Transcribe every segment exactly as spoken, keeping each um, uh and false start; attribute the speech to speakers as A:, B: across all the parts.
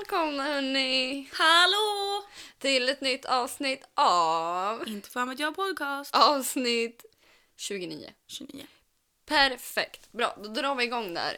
A: Välkomna hörni!
B: Hallå!
A: Till ett nytt avsnitt av...
B: Inte fan vet jag podcast.
A: Avsnitt tjugonio.
B: tjugonio.
A: Perfekt. Bra, då drar vi igång där.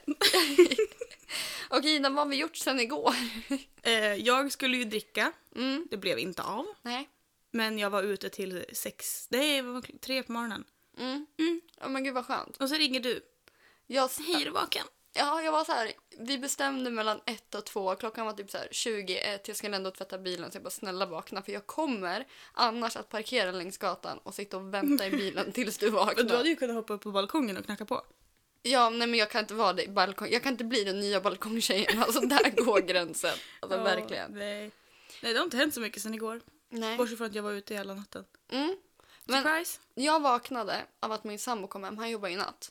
A: Och Ida, vad har vi gjort sedan igår?
B: Eh, jag skulle ju dricka.
A: Mm.
B: Det blev inte av.
A: Nej.
B: Men jag var ute till sex. Det var tre på morgonen.
A: Mm.
B: Mm.
A: Oh, men gud vad skönt.
B: Och så ringer du.
A: Jag,
B: Hej, är du vaken?
A: ja, jag var så här. Vi bestämde mellan ett och två. Klockan var typ så här tjugoett. Jag skulle ändå tvätta bilen så jag bara snälla vakna. För jag kommer annars att parkera längs gatan och sitta och vänta i bilen tills du vaknar.
B: Men du hade ju kunnat hoppa upp på balkongen och knacka på.
A: Ja, nej men jag kan inte vara det i balkong. Jag kan inte bli den nya balkongtjejen. Alltså där går gränsen. Alltså
B: Ja,
A: verkligen.
B: Nej. nej, det har inte hänt så mycket sedan igår.
A: Nej.
B: Bortsett från att jag var ute hela natten.
A: Mm. Men
B: Surprise.
A: jag vaknade av att min sambo kom hem. Han jobbar i natt.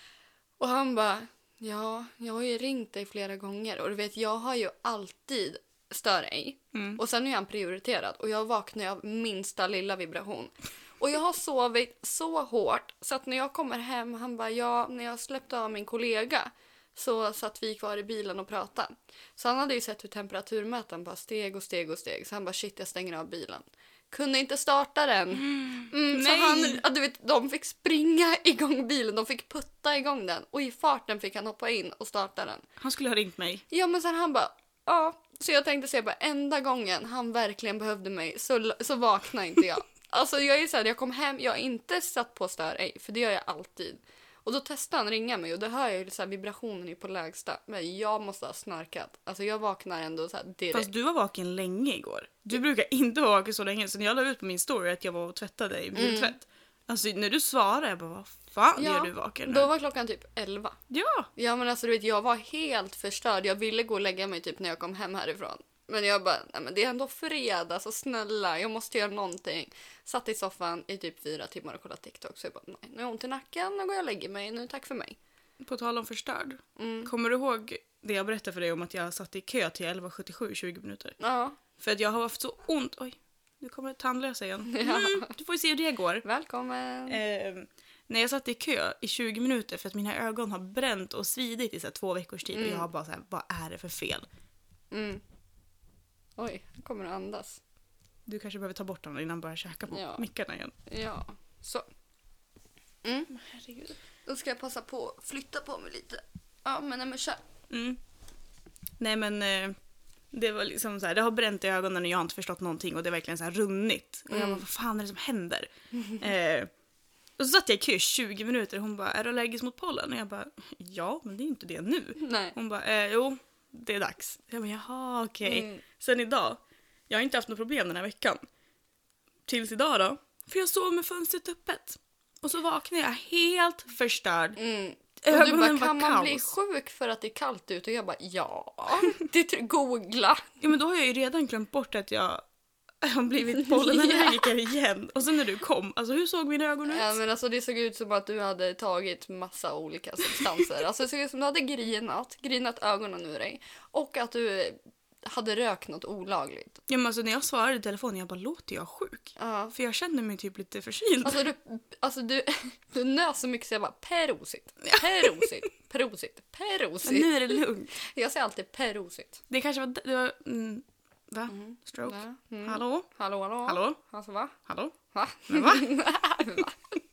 A: Och han bara, ja, jag har ju ringt dig flera gånger. Och du vet, jag har ju alltid stör ej.
B: Mm.
A: Och sen är han prioriterad. Och jag vaknar ju av minsta lilla vibration. Och jag har sovit så hårt så att när jag kommer hem, han bara, ja, när jag släppte av min kollega så satt vi kvar i bilen och pratade. Så han hade ju sett hur temperaturmätaren bara steg och steg och steg. Så han bara, shit, jag stänger av bilen. Kunde inte starta den. Mm, så
B: Nej.
A: han, ja, du vet, de fick springa igång bilen, de fick putta igång den. Och i farten fick han hoppa in och starta den.
B: Han skulle ha ringt mig.
A: Ja, men sen han bara, ja. Så jag tänkte säga bara, enda gången han verkligen behövde mig så, så vaknade inte jag. Alltså jag är så här, jag kom hem, jag har inte satt på stör ej, för det gör jag alltid. Och då testade han ringa mig och då hör jag ju så här, vibrationen är på lägsta. Men jag måste ha snarkat. Alltså jag vaknar ändå så här direkt.
B: Fast du var vaken länge igår. Du brukar inte vara vaken så länge. Så när jag la ut på min story att jag var och tvättade i biltvätt. Mm. Alltså när du svarade, jag bara, vad fan
A: Ja,
B: gör du vaken nu?
A: Då var klockan typ elva.
B: Ja.
A: Ja men alltså du vet, jag var helt förstörd. Jag ville gå och lägga mig typ när jag kom hem härifrån. Men jag bara, nej men det är ändå fredag, så snälla, jag måste göra någonting. Satt i soffan i typ fyra timmar och kollade TikTok. Så jag bara, nej, nu har jag ont i nacken, nu går jag och lägger mig, nu tack för mig.
B: På tal om förstörd.
A: Mm.
B: Kommer du ihåg det jag berättade för dig om att jag satt i kö till elva sjuttiosju i tjugo minuter?
A: Ja.
B: För att jag har haft så ont. Oj, nu kommer tandlösa igen.
A: Ja.
B: Mm, du får ju se hur det går.
A: Välkommen.
B: Eh, när jag satt i kö i tjugo minuter för att mina ögon har bränt och svidit i så här, två veckors tid.
A: Mm.
B: Och jag har bara så här, vad är det för fel?
A: Mm. Oj, nu kommer du andas.
B: Du kanske behöver ta bort den innan börjar käka på
A: Ja.
B: mickarna igen.
A: Ja, så. Mm.
B: Herregud.
A: Då ska jag passa på att flytta på mig lite. Ja, men nej men kör.
B: Mm. Nej men eh, det var liksom så här, det har bränt i ögonen och jag har inte förstått någonting och det är verkligen så här runnigt. Och jag
A: Mm.
B: bara, vad fan är det som händer? eh, och så satt jag i kö i tjugo minuter och hon bara, är du allergisk mot pollen? Och jag bara, ja men det är inte det nu.
A: Nej.
B: Hon bara, eh, jo det är dags. Jag bara, jaha okej. Okay.
A: Mm.
B: Sen idag, jag har inte haft något problem den här veckan. Tills idag då, för jag sov med fönstret öppet. Och så vaknade jag helt förstörd.
A: Mm. Och
B: Ögonen
A: du bara,
B: var
A: kan man
B: kaos.
A: bli sjuk för att det är kallt ute? Och jag bara, ja. Det är googla.
B: Ja men då har jag ju redan glömt bort att jag har blivit pollenallergiker igen. Och sen när du kom, alltså hur såg mina ögon ut?
A: Ja, men alltså det såg ut som att du hade tagit massa olika substanser. Alltså det såg ut som att du hade grinat, grinat ögonen ur dig. Och att du hade rökt något olagligt.
B: Ja men alltså när jag svarade i telefonen, jag bara, låter jag sjuk?
A: Ja.
B: För jag kände mig typ lite förkyld.
A: Alltså du, alltså du, du nös så mycket så jag bara, perosigt, perosigt, perosigt,
B: Men
A: perosigt.
B: nu är det lugnt.
A: Jag säger alltid perosigt.
B: Det kanske var... Det var mm, va?
A: Mm.
B: Stroke?
A: Ja. Mm.
B: Hallå?
A: Hallå, hallå.
B: Hallå?
A: Alltså va?
B: Hallå?
A: Va?
B: Men va?
A: Va?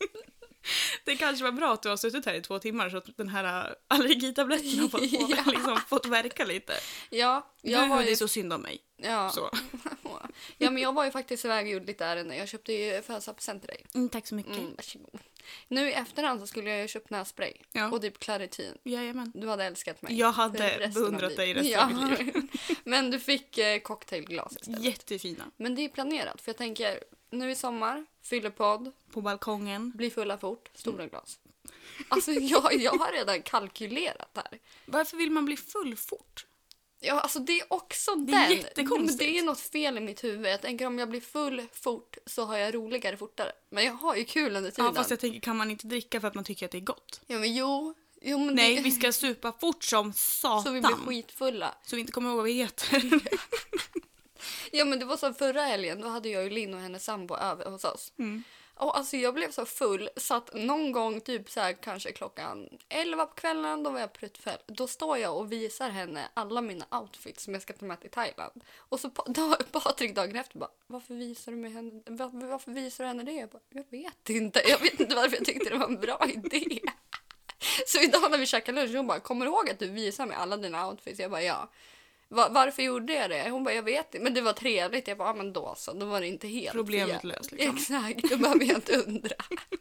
B: Det kanske var bra att du har suttit här i två timmar så att den här allergitabletten har fått,
A: Ja.
B: liksom, fått verka lite.
A: Ja,
B: Jag
A: jag var
B: det
A: ju...
B: är så synd om mig.
A: Ja.
B: Så.
A: Ja, men jag var ju faktiskt iväg och gjorde lite ärenden. Jag köpte ju födelsedagspresent till dig.
B: Mm, tack så mycket.
A: Mm, varsågod. Nu i efterhand så skulle jag ju köpt nässpray.
B: Ja.
A: Och typ Claritin.
B: Jajamän.
A: Du hade älskat mig.
B: Jag
A: för
B: hade
A: resten av
B: beundrat
A: livet.
B: dig resten
A: Ja.
B: av mitt liv.
A: Men du fick eh, cocktailglas istället.
B: Jättefina.
A: Men det är planerat. För jag tänker, nu i sommar, fyller podd,
B: På balkongen.
A: blir fulla fort, stora glas. Alltså jag, jag har redan kalkylerat här.
B: Varför vill man bli full fort?
A: Ja, alltså det är också
B: Det är
A: den.
B: jättekonstigt.
A: Men det är något fel i mitt huvud. Jag tänker om jag blir full fort så har jag roligare fortare. Men jag har ju kul under tiden.
B: Ja, fast jag tänker, kan man inte dricka för att man tycker att det är gott?
A: Ja, men jo. jo men
B: Nej,
A: det...
B: vi ska supa fort som satan.
A: Så vi blir skitfulla.
B: Så vi inte kommer ihåg vad vi heter.
A: Ja, men det var som förra helgen. Då hade jag ju Linn och hennes sambo över hos oss.
B: Mm.
A: och alltså jag blev så full så att någon gång typ så här kanske klockan elva på kvällen, då var jag pruttfull. Då står jag och visar henne alla mina outfits som jag ska ta med till Thailand. Och så pa- då, Patrik dagen efter bara, varför visar du mig henne, varför, varför visar du henne det? Jag bara, jag vet inte, jag vet inte varför jag tyckte det var en bra idé. Så idag när vi käkade lunch, hon bara, kommer du ihåg att du visar mig alla dina outfits? Jag bara, ja. Va- varför gjorde jag det? Hon bara, jag vet inte. Men det var trevligt. Jag bara, ja, men då så. Då var det inte helt
B: Problemet
A: fel.
B: löst liksom.
A: Exakt, då behöver jag inte undra.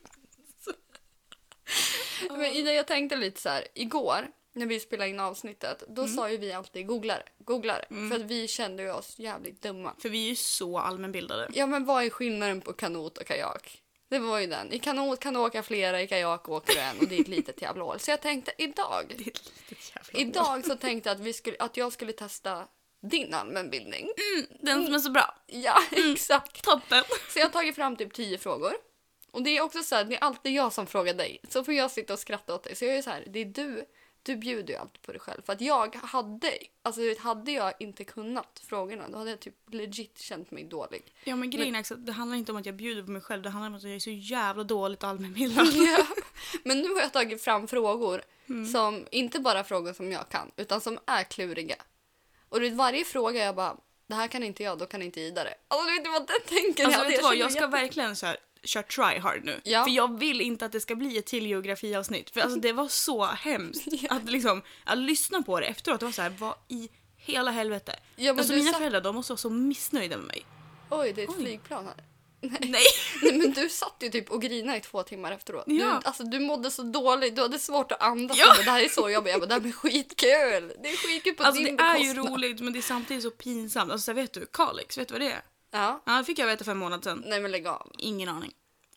A: Men Ida, jag tänkte lite så här. Igår, när vi spelade in avsnittet, då
B: Mm.
A: sa ju vi alltid googlar, googlar.
B: Mm.
A: För att vi kände ju oss jävligt dumma.
B: För vi är ju så allmänbildade.
A: Ja, men vad är skillnaden på kanot och kajak? Det var ju den. I kanot kan du åka flera, i kajak åker du en och det är ett litet jävla hål. Så jag tänkte idag,
B: Det är ett litet jävla
A: idag så tänkte jag att, vi skulle, att jag skulle testa din allmänbildning.
B: Mm, den som är så bra.
A: Ja, exakt.
B: Toppen.
A: Så jag har tagit fram typ tio frågor. Och det är också så här, det är alltid jag som frågar dig. Så får jag sitta och skratta åt dig. Så jag är så här, det är du. Du bjuder ju alltid på dig själv. För att jag hade, alltså hade jag inte kunnat frågorna, då hade jag typ legit känt mig dålig.
B: Ja, men grejen är också att det handlar inte om att jag bjuder på mig själv. Det handlar om att jag är så jävla dåligt allmänbildad.
A: Ja. Men nu har jag tagit fram frågor
B: Mm.
A: som, inte bara frågor som jag kan, utan som är kluriga. Och det är varje fråga jag bara, det här kan inte jag, då kan inte Ida det. Alltså du vet inte vad den tänker.
B: Alltså
A: jag,
B: vet du vad,
A: känner
B: jag ska
A: jätte-
B: verkligen så här kör try hard nu.
A: Ja.
B: För jag vill inte att det ska bli ett till geografiavsnitt. För alltså det var så hemskt
A: Ja.
B: att liksom, att lyssna på det efteråt. Det var så här, vad i hela helvete.
A: Ja, men
B: Alltså
A: du
B: mina
A: sa-
B: föräldrar, de måste vara så missnöjda med mig.
A: Oj, det är ett
B: Oj.
A: flygplan här.
B: Nej.
A: Nej, men du satt ju typ och grinade i två timmar efteråt. Du,
B: Ja.
A: alltså, du mådde så dåligt, du hade svårt att andas.
B: Ja.
A: Du bara, det här är så jobbigt. Jag bara, det här är skitkul. Det är skitkul på
B: Alltså
A: din
B: det är ju
A: bekostnad.
B: roligt men det är samtidigt så pinsamt. Alltså så här, vet du, Kalix, vet du vad det är?
A: Ja.
B: Ja, det fick jag veta för en månad sedan.
A: Nej, men lägg av.
B: Ingen aning.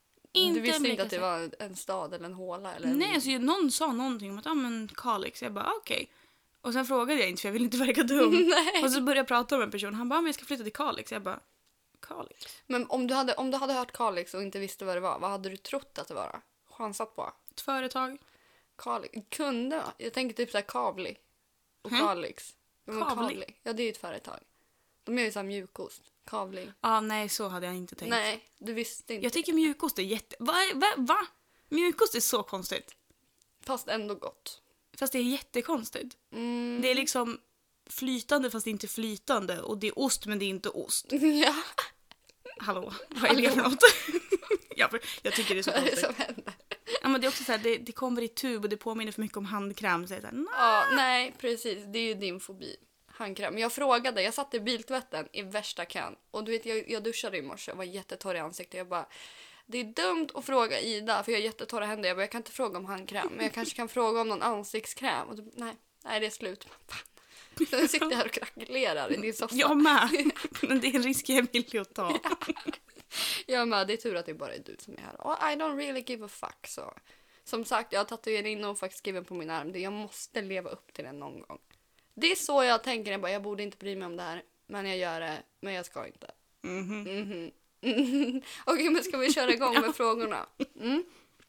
A: du visste
B: en
A: inte att det
B: bleka
A: var en stad eller en håla? Eller en...
B: Nej, alltså någon sa någonting om att, ja men Kalix. Jag bara, okej. Och sen frågade jag inte för jag ville inte verka dum.
A: Nej.
B: Och så började jag prata med en person. Han bara, men jag ska flytta till Kalix. Jag bara, Kalix?
A: Men om du, hade, om du hade hört Kalix och inte visste vad det var, vad hade du trott att det var? Chansat på?
B: Ett företag?
A: Kalix? Kunde? Jag tänker typ såhär Kavli och
B: Hmm?
A: Kalix. Men
B: Kavli?
A: Ja, det är ju ett företag. De gör ju såhär mjukost. Kavli.
B: Ja, nej så hade jag inte tänkt.
A: Nej, du visste inte.
B: Jag tycker mjukost är jätte... Va? Va? Va? Mjukost är så konstigt.
A: Fast ändå gott.
B: Fast det är jättekonstigt.
A: Mm.
B: Det är liksom flytande fast inte flytande. Och det är ost men det är inte ost.
A: Ja,
B: Hallå, vad är det för
A: Hallå.
B: något? jag, jag tycker det är så
A: vad är det
B: konstigt.
A: som händer?
B: Ja, men det är också så här, det, det kommer i tub och det påminner för mycket om handkräm. Så jag är så här, nej.
A: Ja, nej, precis. Det är ju din fobi. Handkräm. Men jag frågade, jag satt i biltvätten i värsta kön. Och du vet, jag, jag duschade i morse och var jättetorr i ansiktet. Jag bara, det är dumt att fråga Ida för jag har jättetorra händer. Jag bara, jag kan inte fråga om handkräm. Men jag kanske kan fråga om någon ansiktskräm. Och du, nej, nej, det är slut. Så jag sitter här och krackelerar i din soffa.
B: Jag med. Men det är en risk jag är villig att ta.
A: Jag med, det är tur att det bara är du som är här. Och I don't really give a fuck. Så. Som sagt, jag har tatuering och faktiskt skriven på min arm. Det- Jag måste leva upp till den någon gång. Det är så jag tänker. Jag, bara, jag borde inte bry mig om det här. Men jag gör det. Men jag ska inte.
B: Mhm.
A: Mhm. Mhm. Okej, men ska vi köra igång med frågorna? Mm.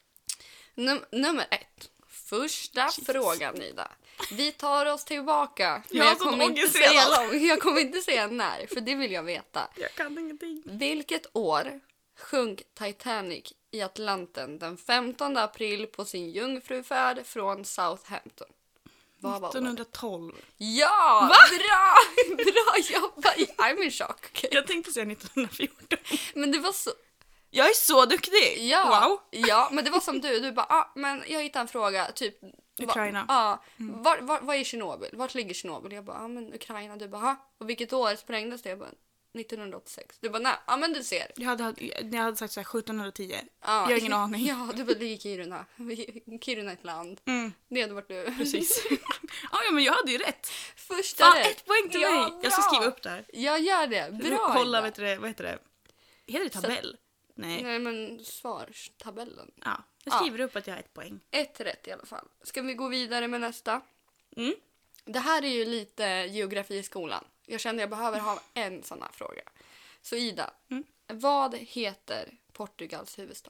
A: Num- nummer ett. Första
B: Jesus.
A: frågan, Ida. Vi tar oss tillbaka. Men
B: Jag har
A: jag
B: sån
A: kommer, inte
B: ångest
A: säga
B: redan.
A: lång, jag kommer inte säga när, för det vill jag veta.
B: Jag kan ingenting.
A: Vilket år sjönk Titanic i Atlanten den femtonde april på sin jungfrufärd från Southampton? Vad var det?
B: nittonhundratolv.
A: Ja! Bra! Bra jobbat! I'm in shock. okej.
B: Jag tänkte säga nittonhundrafjorton.
A: Men det var så...
B: Jag är så duktig!
A: Ja,
B: Wow!
A: ja, men det var som du. Du bara, ah, men jag hittade en fråga. Typ, va-
B: Ukraina.
A: Ja, var, var, var är Tjernobyl? Vart ligger Tjernobyl? Jag bara, ja ah, men Ukraina. Du bara, ah, och vilket år sprängdes det? Jag bara, nittonhundraåttiosex. Du bara, nej, ja ah, men du ser.
B: Jag hade, jag hade sagt så här sjuttonhundratio.
A: Ja.
B: Jag har ingen aning.
A: Ja, du bara, det är Kiruna. Kiruna är ett land.
B: Mm,
A: Det hade varit du.
B: precis. ja, ja, men jag hade ju rätt.
A: Första
B: Fan,
A: rätt.
B: ett poäng till
A: Ja,
B: mig. Jag ska
A: bra.
B: skriva upp det här.
A: Jag gör det. Bra.
B: Kolla,
A: Ida.
B: vet du det, vad heter det? Heter det tabell? Nej.
A: Nej, men svarstabellen.
B: Ja, jag
A: Ja.
B: skriver upp att jag har ett poäng.
A: Ett rätt i alla fall. Ska vi gå vidare med nästa?
B: Mm.
A: Det här är ju lite geografi i skolan. Jag känner jag behöver ha en sån här fråga. Så Ida,
B: Mm.
A: vad heter Portugals huvudstad?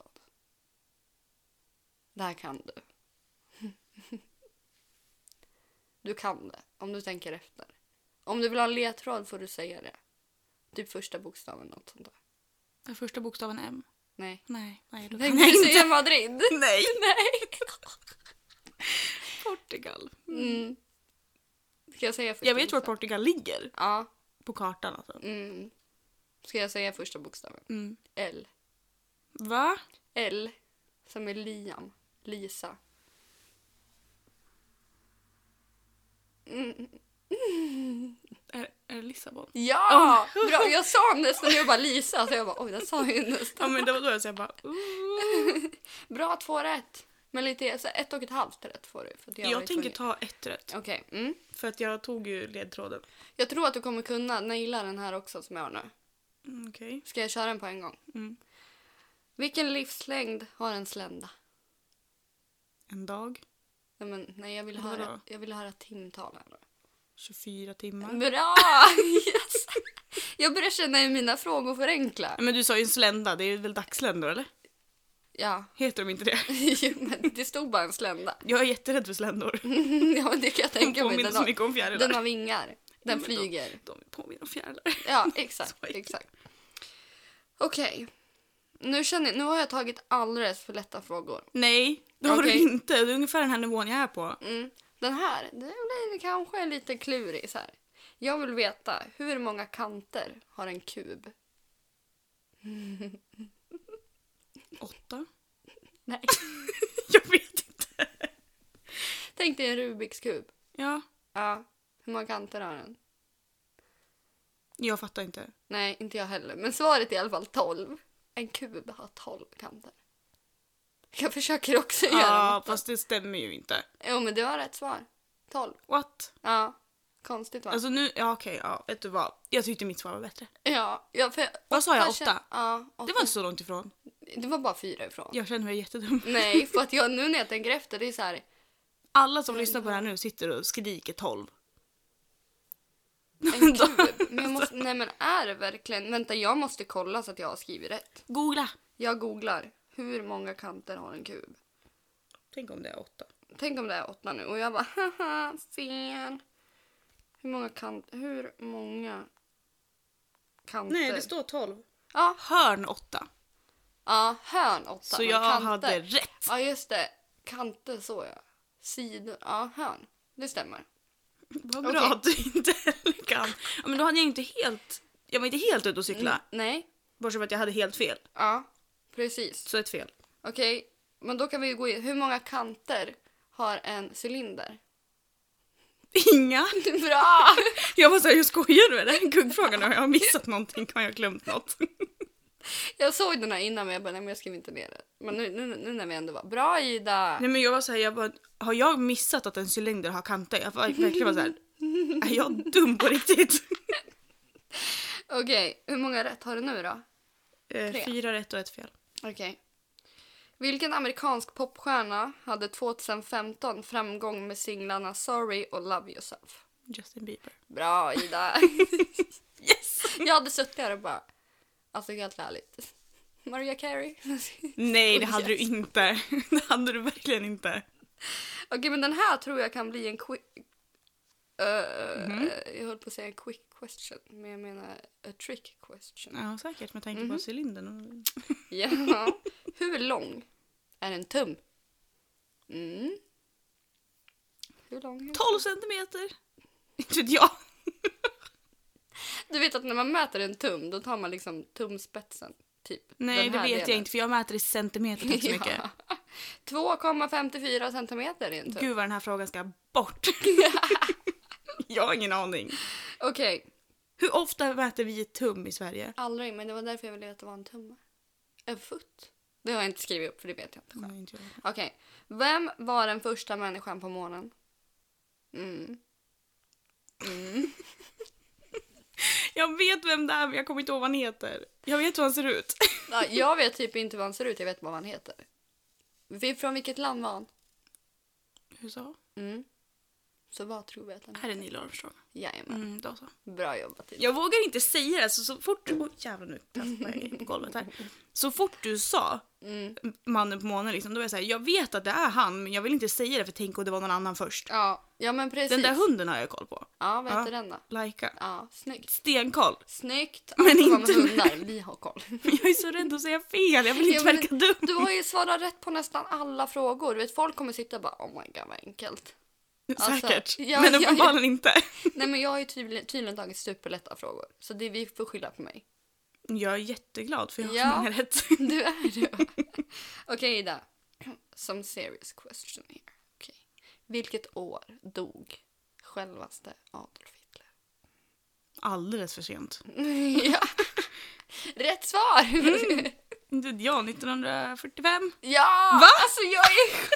A: Det här kan du. Du kan det, om du tänker efter. Om du vill ha en ledtråd får du säga det. Typ första bokstaven, något sånt där.
B: Den första bokstaven M.
A: Nej.
B: Nej, nej då kan
A: Tänkte
B: jag
A: du
B: inte.
A: säga Madrid?
B: Nej.
A: Nej.
B: Portugal.
A: Mm. Ska jag säga första
B: Jag vet var
A: bokstaven?
B: Portugal ligger
A: Ja.
B: på kartan alltså.
A: Mm. Ska jag säga första bokstaven?
B: Mm.
A: L.
B: Va?
A: L. Som är Liam. Lisa. Mm.
B: Är, är det Lissabon?
A: Ja! Bra. Jag sa nästan jag bara Lisa. Så jag bara, oj, det sa jag ju
B: Ja,
A: nästan.
B: men det var då jag sa bara... Uh.
A: Bra, två rätt. Men lite, så ett och ett halvt rätt får du. För att jag,
B: Jag
A: var ju
B: tänker
A: tvungen.
B: ta ett rätt.
A: Okej. Mm.
B: För att jag tog ju ledtråden.
A: Jag tror att du kommer kunna naila den här också som jag har nu.
B: Mm, Okej.
A: Ska jag köra den på en gång?
B: Mm.
A: Vilken livslängd har en slända?
B: En dag.
A: Nej, men, nej jag, vill
B: Vadå
A: höra,
B: då?
A: jag vill höra timtal här nu.
B: tjugofyra timmar.
A: Bra! Yes! Jag börjar känna i mina frågor förenkla.
B: Men du sa ju en slända. Det är väl dagsländor, eller?
A: Ja,
B: Heter de inte det?
A: Jo, men det stod bara en slända.
B: Jag är jätterädd för sländor.
A: Ja, men det kan jag
B: De
A: tänka mig.
B: påminner
A: Den
B: så
A: har,
B: mycket om fjärilar.
A: den har vingar. Den
B: men
A: flyger.
B: De påminner om fjärilar.
A: Ja, exakt.
B: Så äckligt.
A: exakt. Okej. Nu, känner, nu har jag tagit alldeles för lätta frågor.
B: Nej, det har
A: Okej.
B: du inte. Det är ungefär den här nivån jag är på.
A: Mm. Den här, det blir kanske lite klurig så här. Jag vill veta, hur många kanter har en kub?
B: Åtta?
A: Nej.
B: Jag vet inte.
A: Tänk dig en Rubiks kub.
B: Ja,
A: Ja, hur många kanter har den?
B: jag fattar inte.
A: Nej, inte jag heller. Men svaret är i alla fall tolv. En kub har tolv kanter. Jag försöker också göra
B: Ja,
A: matte.
B: fast det stämmer ju inte.
A: Jo, men du har rätt svar. tolv.
B: What?
A: Ja, konstigt va?
B: Alltså nu, ja okej, ja, vet du vad? Jag tyckte mitt svar var bättre.
A: ja, ja, för
B: Vad sa jag,
A: åtta
B: åtta?
A: kän- Ja, åtta.
B: Det var inte så långt ifrån.
A: Det var bara fyra ifrån.
B: Jag känner mig jättedum.
A: Nej, för att jag nu när jag tänker efter, det är så här.
B: Alla som lyssnar på det här nu sitter och skriker tolv.
A: En kub. Men jag måste, nej men är det verkligen... Vänta, jag måste kolla så att jag har skrivit rätt.
B: Googla.
A: Jag googlar. Hur många kanter har en kub?
B: Tänk om det är åtta.
A: Tänk om det är åtta nu. Och jag bara, haha, fel. Hur många kanter? Hur många kanter?
B: Nej, det står tolv.
A: Ja,
B: Hörn åtta.
A: ja hörn åtta.
B: Så
A: men
B: jag
A: kanter.
B: hade rätt.
A: Ja, just det. Kanter så jag. Sidor. Ja, hörn. Det stämmer.
B: Vad bra
A: Okej.
B: att du inte heller kan. Ja, men då hade jag inte helt... Jag var inte helt ute och cykla.
A: Mm, nej.
B: Bortsett från att jag hade helt fel.
A: Ja, precis.
B: Så ett fel.
A: Okej, men då kan vi gå in. Hur många kanter har en cylinder?
B: Inga.
A: Bra!
B: Jag var såhär, jag skojar du? Är det en kuggfråga nu? Har jag missat någonting? Har jag glömt något?
A: Jag såg den här innan men jag bara, nej men jag skrev inte ner det. Men nu, nu, nu när vi ändå var, bra Ida!
B: Nej men jag var såhär, jag bara, har jag missat att en cylinder har kanter? Jag var verkligen var såhär, är jag dum på riktigt?
A: Okej, hur många rätt har du nu då?
B: Eh,
A: Tre.
B: fyra rätt och ett fel.
A: Okej. Vilken amerikansk popstjärna hade tjugohundrafemton framgång med singlarna Sorry och Love Yourself?
B: Justin Bieber.
A: Bra Ida!
B: Yes!
A: Jag hade suttit här och bara, alltså helt ärligt. Mariah Carey?
B: Nej, det
A: Oh,
B: hade
A: yes.
B: du inte. Det hade du verkligen inte.
A: Okej, men den här tror jag kan bli en quick... Uh,
B: Mhm.
A: Jag höll på att säga en quick question, men jag menar a trick question.
B: Ja, säkert med tanke
A: Mhm.
B: på cylindern.
A: Ja. Hur lång är en tum? Mm. Hur lång är
B: tolv centimeter. Inte vet jag.
A: Du vet att när man mäter en tum, då tar man liksom tumspetsen. Typ.
B: Nej,
A: den
B: det
A: här
B: vet jag
A: delen.
B: inte för jag mäter i centimeter. Tack så mycket.
A: Ja. två komma femtiofyra centimeter är en tum.
B: Gud vad den här frågan ska bort. Jag har ingen aning.
A: Okej,
B: Hur ofta mäter vi ett tum i Sverige?
A: aldrig, men det var därför jag ville veta vad en tumme. En fot? Det har jag inte skrivit upp för det vet jag inte själv.
B: Nej, inte jag.
A: Okej, vem var den första människan på månen? Mm. Mm.
B: Jag vet vem det är men jag kommer inte ihåg vad han heter. Jag vet hur han ser ut.
A: Ja, jag vet typ inte vad han ser ut, jag vet vad han heter. Vi- Från vilket land var han?
B: U S A?
A: Mm. Så vad tror vi att den
B: Är det Neil Armstrong?
A: Jajamän.
B: Mm, då så.
A: Bra jobbat.
B: Jag vågar inte säga det, så, så fort du... Oh, jävlar, nu tappar jag på golvet här. Så fort du sa
A: Mm.
B: mannen på månen, liksom, då är jag så här, jag vet att det är han, men jag vill inte säga det för tänk om det var någon annan först.
A: Ja, ja men precis.
B: Den där hunden har jag koll på.
A: Ja, vad
B: Ja.
A: heter den då?
B: Laika.
A: Ja, snyggt.
B: Stenkoll.
A: Snyggt.
B: Men
A: Allt
B: inte
A: med hundar. Vi har koll.
B: Jag är så rädd att säga fel, jag vill inte
A: Ja, men
B: verka dum.
A: Du har ju svarat rätt på nästan alla frågor. Du vet, folk kommer sitta och bara, oh my god vad enkelt. Alltså,
B: Säkert,
A: ja,
B: men
A: ja,
B: uppenbarligen inte.
A: Nej men jag har ju tydligen, tydligen tagit superlätta frågor. Så det vi får skylla på mig.
B: Jag är jätteglad för jag har
A: Ja.
B: så många rätt.
A: Du är det. Okej Ida. Some serious question here. Okay. Vilket år dog självaste Adolf Hitler?
B: Alldeles för sent.
A: Ja. Rätt svar!
B: Mm. Inte jag, nittonhundrafyrtiofem.
A: Ja!
B: Va?
A: Alltså jag är...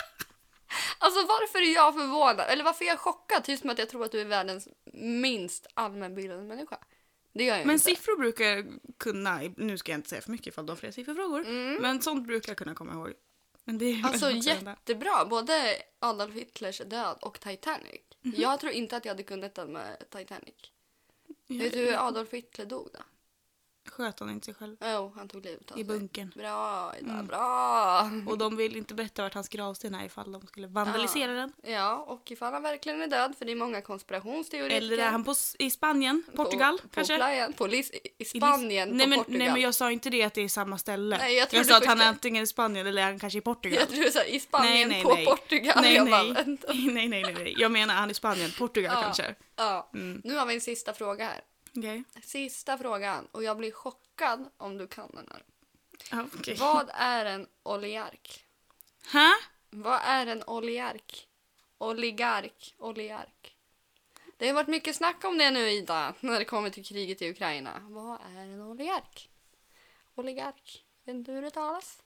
A: Alltså varför är jag förvånad? Eller varför är jag chockad? Typ som att jag tror att du är världens minst allmänbildade människa. Det gör jag
B: Men
A: inte.
B: siffror brukar jag kunna, nu ska jag inte säga för mycket ifall de har fler sifferfrågor,
A: Mm.
B: men sånt brukar jag kunna komma ihåg. Men det är
A: Alltså
B: väl också det enda.
A: jättebra. Både Adolf Hitlers död och Titanic.
B: Mhm.
A: Jag tror inte att jag hade kunnat den med Titanic.
B: Ja,
A: Vet du hur Adolf Hitler dog då?
B: sköt han inte sig själv
A: Jo, oh, han tog livet av
B: i
A: sig.
B: bunkern.
A: Bra, Ida,
B: Mm.
A: bra!
B: Och de vill inte berätta vart hans gravsten är ifall de skulle vandalisera den.
A: Ja, och ifall han verkligen är död, för det är många konspirationsteorier.
B: Eller är han på, s- i Spanien, Portugal
A: på,
B: kanske?
A: På playan, på Lis- i Spanien,
B: nej,
A: på
B: men,
A: Portugal.
B: nej men jag sa inte det att det är samma ställe.
A: Nej, jag
B: jag
A: trodde
B: sa att han
A: först
B: är
A: det.
B: antingen i Spanien eller är han kanske i Portugal.
A: Jag tror du sa i Spanien,
B: Nej, nej,
A: på
B: nej.
A: Portugal.
B: Nej,
A: jag
B: nej.
A: Bara, vänta.
B: nej, nej, nej, nej. Jag menar han i Spanien, Portugal
A: Ja.
B: kanske.
A: Ja.
B: Mm.
A: Nu har vi en sista fråga här.
B: Okej.
A: Sista frågan, och jag blir chockad om du kan den här.
B: Ja, okej.
A: Vad är en oligark?
B: Hä?
A: Vad är en oligark? Oligark, oligark. Det har varit mycket snack om det nu, Ida, när det kommer till kriget i Ukraina. Vad är en oligark? Oligark. Vet inte hur det talas?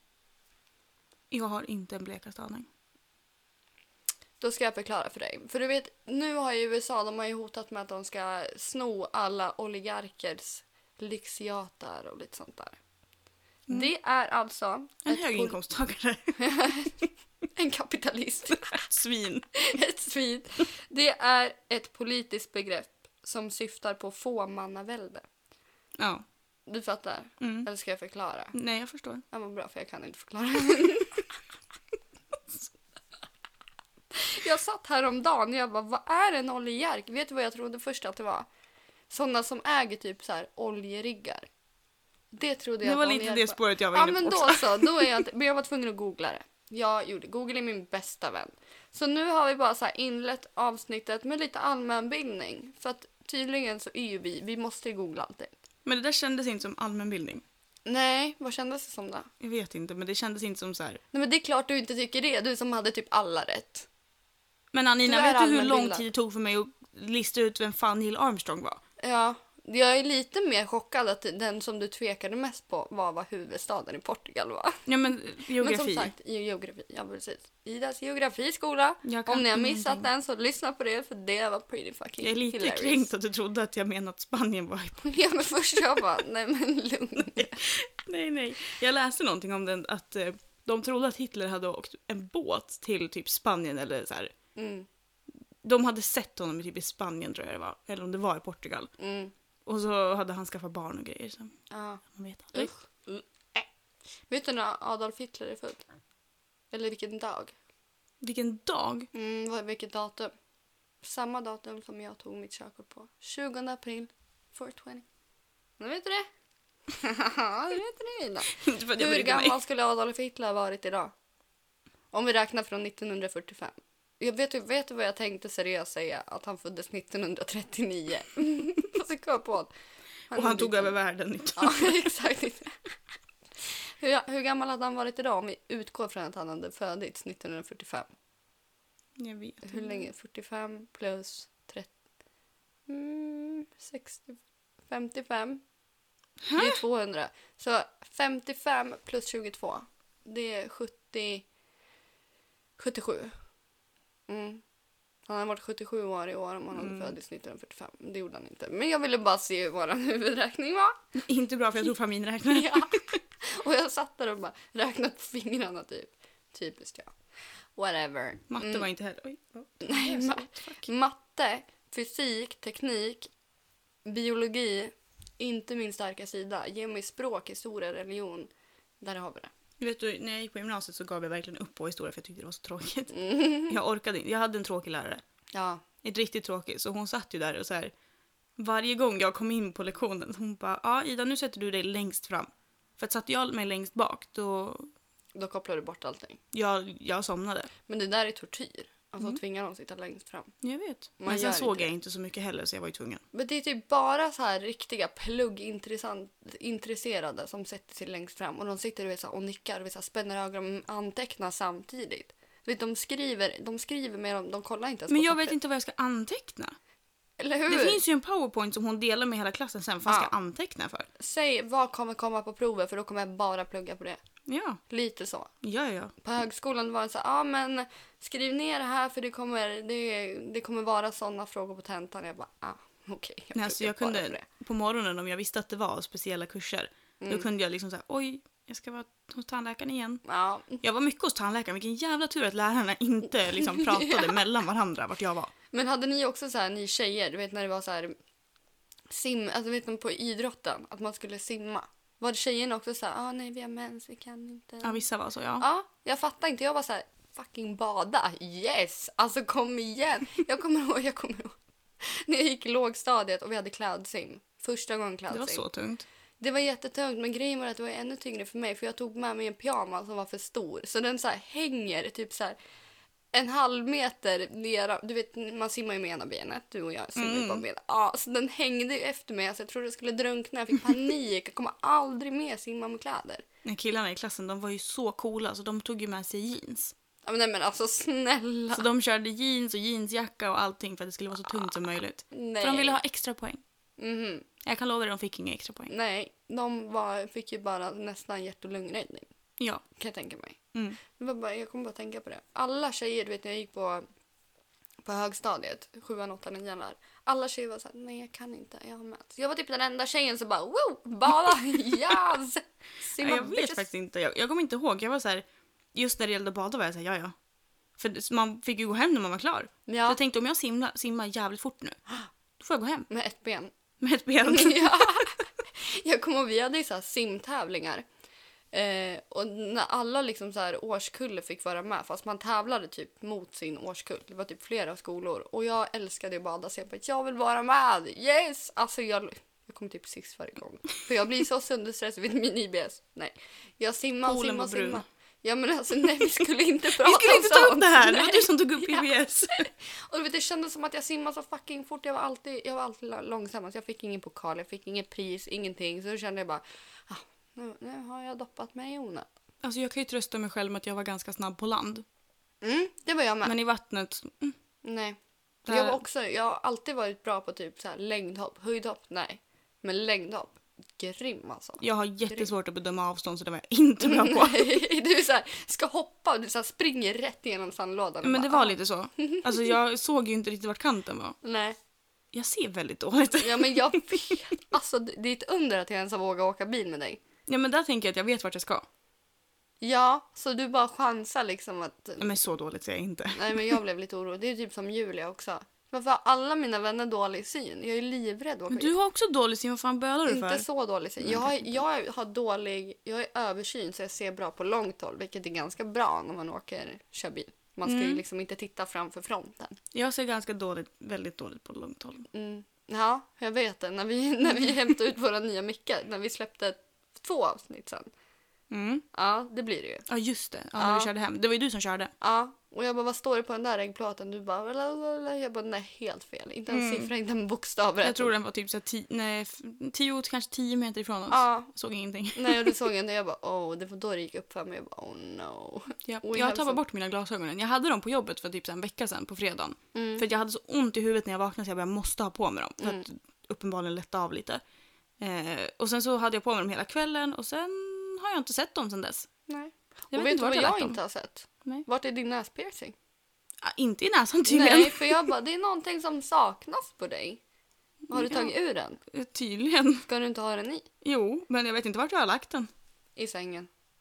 B: Jag har inte en blekaste aning.
A: Då ska jag förklara för dig. För du vet, nu har ju U S A, de har ju hotat med att de ska sno alla oligarkers lyxyatar och lite sånt där.
B: Mm.
A: Det är alltså...
B: En
A: ett
B: höginkomsttagare.
A: pol- en kapitalist.
B: Ett svin.
A: Ett svin. Det är ett politiskt begrepp som syftar på fåmannavälde.
B: Ja.
A: Du fattar?
B: Mm.
A: Eller ska jag förklara?
B: Nej, jag förstår.
A: Ja, vad bra, för jag kan inte förklara. Jag satt här om dagen och jag bara, vad är en oligark? Vet du vad jag trodde först att det var? Sådana som äger typ så här oljeriggar. Det trodde jag
B: Det var
A: att
B: lite
A: oligark
B: det spåret jag var
A: Ja,
B: inne
A: men
B: på
A: då
B: också.
A: så. Då är jag inte, men jag var tvungen att googla det. Jag gjorde. Google är min bästa vän. Så nu har vi bara så här inlett avsnittet med lite allmänbildning. För att tydligen så är ju vi, vi måste ju googla allting.
B: Men det där kändes inte som allmänbildning.
A: Nej, vad kändes det som då?
B: Jag vet inte, men det kändes inte som så här.
A: Nej, men det är klart du inte tycker det. Du som hade typ alla rätt.
B: Men Anina,
A: Du är
B: vet du hur lång
A: allmänbildad.
B: tid det tog för mig att lista ut vem fan Neil Armstrong var?
A: Ja, jag är lite mer chockad att den som du tvekade mest på var vad huvudstaden i Portugal var.
B: Ja, men geografi.
A: Men som sagt, i geografi, ja precis. Idas geografiskola.
B: Jag kan
A: Om ni har missat
B: ingenting.
A: den så lyssna på det, för det var pretty fucking
B: Jag är lite
A: hilarious.
B: kränkt att du trodde att jag menade att Spanien var i...
A: Ja, men först jag bara, nej men lugn.
B: Nej, nej. Jag läste någonting om den, att eh, de trodde att Hitler hade åkt en båt till typ Spanien eller så här.
A: Mm,
B: De hade sett honom typ i Spanien tror jag det var. Eller om det var i Portugal.
A: mm,
B: Och så hade han skaffat barn och grejer. Så
A: ja.
B: man vet aldrig.
A: Usch. Mm, äh. Vet du när Adolf Hitler är född? Eller vilken dag?
B: Vilken dag?
A: Mm, vad, vilket datum? Samma datum som jag tog mitt körkort på. tjugonde april, fyrahundratjugo. Nu vet du det? Ja, det vet du det, Ida.
B: Inte för att jag
A: Hur
B: brydde mig.
A: gammal skulle Adolf Hitler ha varit idag? Om vi räknar från nittonhundrafyrtiofem. Jag vet, du- vet du vad jag tänkte seriöst säga? Att han föddes nittonhundratrettionio. Fast jag kom på att
B: Och han
A: är
B: tog
A: liten.
B: över världen.
A: Ja, exakt. hur, hur gammal hade han varit idag om vi utgår från att han hade födits nittonhundrafyrtiofem?
B: Jag vet
A: Hur
B: inte.
A: länge? fyrtiofem plus trettio? Mm, sextio, femtiofem. Det är tvåhundra. Så femtiofem plus tjugotvå. Det är sjuttio, sjuttiosju. Mm. Han har varit sjuttiosju år i år om han hade
B: Mm.
A: föddes nittonhundrafyrtiofem. Det gjorde han inte. Men jag ville bara se hur vår huvudräkning var.
B: Inte bra för jag tog fram min räknare.
A: Ja. Och jag satt där och bara räknade på fingrarna typ. Typiskt ja. Whatever.
B: Matte
A: Mm.
B: var inte heller. Oj, oh.
A: Nej, ma- matte, fysik, teknik, biologi, inte min starka sida. Ge mig språk, historia, religion. Där har vi det.
B: Vet du, när jag gick på gymnasiet så gav jag verkligen upp på historia för jag tyckte det var så tråkigt.
A: Mm.
B: Jag orkade inte. Jag hade en tråkig lärare.
A: Ja.
B: Ett riktigt tråkigt. Så hon satt ju där och så här. Varje gång jag kom in på lektionen. Hon bara, ja Ida nu sätter du dig längst fram. För att satt jag mig längst bak då.
A: Då kopplar du bort allting.
B: Jag, jag somnade.
A: Men det där är tortyr. Alltså
B: Mm.
A: tvingar dem sitta längst fram.
B: Jag vet.
A: Man
B: Men sen
A: gör
B: såg
A: inte
B: jag
A: det.
B: inte så mycket heller så jag var ju tvungen.
A: Men det är typ bara så här riktiga pluggintresserade som sätter sig längst fram. Och de sitter vet, så här, och nickar och vet, så här, spänner ögonen och antecknar samtidigt. Vet, de skriver, de skriver med dem, de kollar inte ens
B: Men
A: på
B: jag
A: pappret.
B: vet inte vad jag ska anteckna.
A: Eller hur?
B: Det finns ju en powerpoint som hon delar med hela klassen sen. Vad ska
A: Ja.
B: jag anteckna för?
A: Säg vad kommer komma på provet för då kommer jag bara plugga på det.
B: Ja,
A: Lite så.
B: ja, ja.
A: På högskolan var det så ja ah, men skriv ner det här för det kommer, det, det kommer vara sådana frågor på tentan. Jag bara, ah okej. Okay,
B: Nej, alltså jag kunde, på morgonen om jag visste att det var speciella kurser,
A: Mm.
B: då kunde jag liksom säga, oj, jag ska vara hos tandläkaren igen.
A: Ja,
B: Jag var mycket hos tandläkaren, vilken jävla tur att lärarna inte liksom pratade mellan varandra vart jag var.
A: men hade ni också så här, ni tjejer, du vet när det var så här sim, alltså vet man på idrotten, att man skulle simma. Var det tjejerna också så här, ah nej vi har mens, vi kan inte.
B: Ja, vissa var så, ja.
A: Ja, jag fattar inte. Jag var så här, fucking bada. Yes! Alltså kom igen. Jag kommer ihåg, jag kommer ihåg. När jag gick i lågstadiet och vi hade klädsim. Första gången
B: Det
A: klädsim.
B: var så tungt.
A: Det var jättetungt, men grejen var att det var ännu tyngre för mig. För jag tog med mig en pyjamas som var för stor. Så den så här hänger typ så här en halv meter ner. Du vet, man simmar ju med ena benet. Du och jag simmar ju
B: Mm.
A: på benet. Ja, så den hängde ju efter mig. Alltså, jag trodde jag skulle drunkna. Jag fick panik. Jag kommer aldrig mer simma med kläder.
B: Men killarna i klassen, de var ju så coola så de tog ju med sig jeans.
A: Ja, men, nej, men alltså snälla.
B: Så de körde jeans och jeansjacka och allting för att det skulle vara så tungt som möjligt.
A: Nej.
B: För de ville ha extra poäng.
A: Mhm.
B: Jag kan lova dig, de fick inga extra poäng.
A: Nej, de var, fick ju bara nästan hjärt- och lungräddning.
B: Ja.
A: Kan jag tänka mig.
B: Mm.
A: Det var bara, jag kommer bara tänka på det. Alla tjejer, du vet när jag gick på, på högstadiet, sjuan, åttan, nian där. Alla tjejer var så här, nej jag kan inte, jag har mens. Jag var typ den enda tjejen som bara, wow, bada, yes!
B: Ja, jag vet faktiskt inte. Jag, jag kommer inte ihåg. Jag var så här, just när det gällde att bada var jag så här, ja ja. För man fick ju gå hem när man var klar.
A: Ja,
B: Jag tänkte om jag simmar, simmar jävligt fort nu, då får jag gå hem
A: med ett ben.
B: med ett ben.
A: Ja. Jag kommer ihåg, vi hade ju så här simtävlingar. Eh, och när alla liksom så här årskullar fick vara med, fast man tävlade typ mot sin årskull. Det var typ flera skolor. Och jag älskade att bada, så jag bara, jag vill vara med. Yes! Alltså jag, jag kommer typ sist varje gång. För jag blir så sönderstressad vid min I B S. Nej. Jag simmar och
B: Poolen
A: simmar
B: var
A: och
B: brun.
A: simmar. Ja men alltså nej, vi skulle inte prata
B: Vi skulle inte
A: om
B: ta upp
A: sånt.
B: det här. Det var
A: Nej.
B: du som tog upp I B S.
A: Och du vet, det kändes som att jag simmade så fucking fort. Jag var alltid, jag var alltid långsammast. Jag fick ingen pokal, jag fick inget pris, ingenting. Så då kände jag bara, ah, nu, nu har jag doppat mig i onödan.
B: Alltså jag kan ju trösta mig själv med att jag var ganska snabb på land.
A: Mm, det var jag med.
B: Men i vattnet, mm,
A: Nej.
B: Där-
A: Jag var också, jag har alltid varit bra på typ så här längdhopp, höjdhopp, nej. Men längdhopp, grym alltså.
B: jag har jättesvårt att bedöma avstånd så det var jag inte bra på.
A: Nej, du så här, ska hoppa och du så här, springer rätt igenom sandlådan. och
B: Men det
A: bara,
B: var
A: ah.
B: lite så. Alltså jag såg ju inte riktigt vart kanten var.
A: Nej,
B: Jag ser väldigt dåligt.
A: ja men jag vet. Alltså det är ett under att jag ens har vågat åka bil med dig.
B: Ja men där tänker jag att jag vet vart jag ska.
A: Ja, så du bara chansar liksom att...
B: Ja, men så dåligt ser jag inte.
A: Nej, men jag blev lite orolig. Det är typ som Julia också. Varför har alla mina vänner dålig syn? Jag är livrädd att åka
B: Men du har också dålig syn, vad fan bölar du för?
A: Inte så dålig syn.
B: Nej,
A: Jag har,
B: kanske inte.
A: jag har dålig... Jag är översyn så jag ser bra på långt håll. Vilket är ganska bra när man åker kör bil. Man ska ju
B: Mm.
A: liksom inte titta framför fronten.
B: Jag ser ganska dåligt, väldigt dåligt på långt håll.
A: Mm. Ja, jag vet det. När vi, när vi hämtade ut våra nya mickar. När vi släppte två avsnitt sen.
B: Mm.
A: Ja, det blir det ju.
B: Ja just det, ja, när
A: Ja.
B: vi körde hem. Det var ju du som körde.
A: Ja, och jag bara, vad står det på den där äggplåten? Du bara, lalalala. Jag bara, nej, helt fel. Inte en
B: Mm.
A: siffra, inte en bokstav rätt.
B: Jag tror den var typ så här tio, nej, f- tio, kanske tio meter ifrån oss.
A: Ja,
B: Såg ingenting.
A: nej, och du såg inte. Jag bara, oh, det var då det gick upp för mig. Jag bara, oh no.
B: Ja.
A: Oj,
B: Jag
A: hälsan.
B: tappade bort mina glasögon. Jag hade dem på jobbet för typ så här en vecka sedan på fredagen.
A: Mm.
B: För att jag hade så ont i huvudet när jag vaknade så jag bara, jag måste ha på mig dem. För
A: Mm.
B: att uppenbarligen lätta av lite. Eh, och sen så hade jag på mig dem hela kvällen och sen har jag inte sett dem sen dess.
A: Nej.
B: Jag
A: och
B: vet
A: vet
B: inte
A: du
B: vart
A: vad
B: jag
A: jag
B: lagt dem.
A: inte har sett?
B: Nej.
A: Vart är din näspiercing?
B: Ah, inte i näsan tydligen.
A: Nej, för jag bara, det är någonting som saknas på dig. Har du
B: Ja.
A: tagit ur den?
B: Eh, Tydligen.
A: Ska du inte ha den i?
B: Jo, men jag vet inte vart jag har lagt den.
A: I sängen.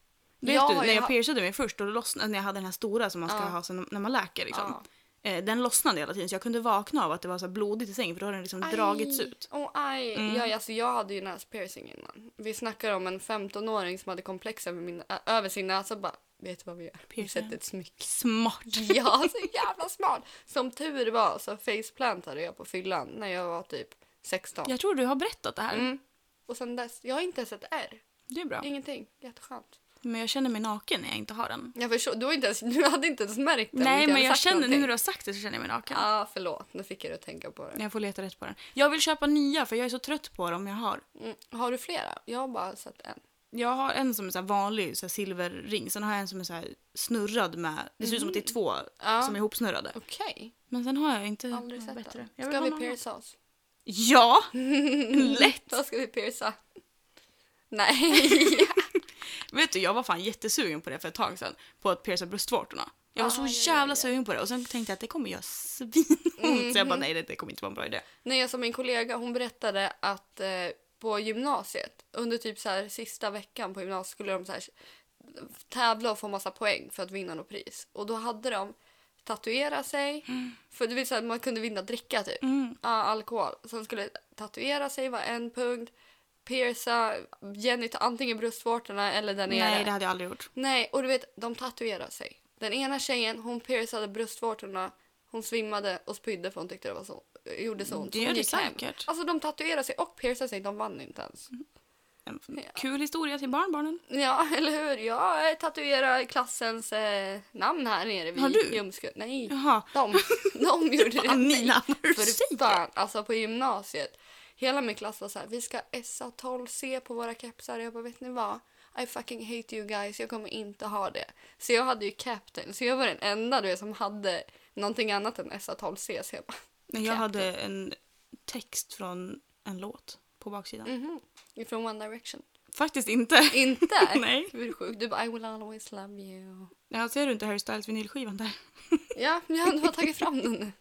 B: Vet
A: Ja,
B: du, när
A: jag
B: jag
A: har-
B: piercade mig först och lossnade, när jag hade den här stora som man ska
A: Ja.
B: ha sen när man läker liksom.
A: Ja.
B: Eh, den lossnade hela tiden så jag kunde vakna av att det var så här blodigt i sängen för då har den liksom
A: Aj.
B: dragits ut.
A: Åh, aj.
B: Mm.
A: Ja, alltså, jag hade ju näspiercing innan. Vi snackar om en femtonåring som hade komplex över, min, ä, över sin näsa. Bara, vet du vad vi gör? Vi
B: Piercing.
A: sätter ett smycke.
B: Smart.
A: Ja, så jävla smart. Som tur var så faceplantade jag på fyllan när jag var typ sexton.
B: Jag tror du har berättat det här.
A: Mm. Och sen dess, jag har inte ens ett R.
B: Det är bra.
A: Ingenting. Jätteskönt.
B: Men jag känner mig naken när jag inte har den.
A: Jag förstår, du, har inte ens, du hade inte ens märkt den.
B: Nej,
A: inte
B: men
A: hade
B: jag
A: sagt
B: känner, nu
A: någonting.
B: när du har sagt det så känner jag mig naken.
A: Ja, förlåt. Nu fick jag det att tänka på det.
B: Jag får leta rätt på den. Jag vill köpa nya för jag är så trött på dem jag har.
A: Mm. Har du flera? Jag har bara sett en.
B: Jag har en som är så här vanlig så här silverring. Sen har jag en som är så här snurrad med... Det ser ut som att det är två
A: Ja.
B: som är ihopsnurrade.
A: Okej.
B: Men sen har jag inte
A: Aldrig
B: något
A: sett
B: bättre.
A: den.
B: Jag vill
A: Ska
B: ha
A: vi
B: någon
A: pierca
B: annan.
A: oss?
B: Ja! Lätt!
A: Vad ska vi pierca? Nej.
B: Vet du, jag var fan jättesugen på det för ett tag sedan. På att pierca bröstvårtorna. Jag var
A: Ah,
B: så
A: ja, ja,
B: jävla
A: ja.
B: sugen på det. Och sen tänkte jag att det kommer göra svinont.
A: Mhm.
B: Så jag bara, nej det, det kommer inte vara en bra idé.
A: Nej, alltså min kollega hon berättade att eh, på gymnasiet under typ så här sista veckan på gymnasiet skulle de så här tävla och få massa poäng för att vinna något pris. Och då hade de tatuerat sig. För det vill säga att man kunde vinna dricka typ.
B: Mm.
A: Ja, alkohol. Så de skulle tatuera sig var en punkt. Pierca Jenny antingen bröstvårtorna eller där nere.
B: Nej, det hade jag aldrig gjort.
A: Nej, och du vet, de tatuerar sig. Den ena tjejen, hon piercade bröstvårtorna, hon svimmade och spydde för hon tyckte det var så, gjorde så ont.
B: Det
A: Så
B: gör
A: hon
B: det
A: gick hem.
B: säkert.
A: Alltså de tatuerade sig och piercade sig, de vann inte ens.
B: En kul historia till barnbarnen.
A: Ja, eller hur? Jag tatuerar klassens eh, namn här nere vid
B: Har du?
A: Ljumsku. Nej,
B: Jaha.
A: de, de gjorde det.
B: Fan,
A: Nej.
B: Nina, vad du
A: För
B: säger.
A: fan, alltså på gymnasiet. Hela min klass var så här, vi ska S A tolv C på våra kepsar. Jag bara, vet ni vad? I fucking hate you guys, jag kommer inte ha det. Så jag hade ju captain, så jag var den enda du vet, som hade någonting annat än S A tolv C. Så jag bara,
B: Nej, jag
A: Captain.
B: hade en text från en låt på baksidan.
A: mhm, ifrån One Direction.
B: Faktiskt inte.
A: Inte?
B: Nej.
A: Du är sjukt. Du bara, I will always love you.
B: Ja, ser du inte Harry Styles vinylskivan där?
A: Ja, ja, du har tagit fram den nu.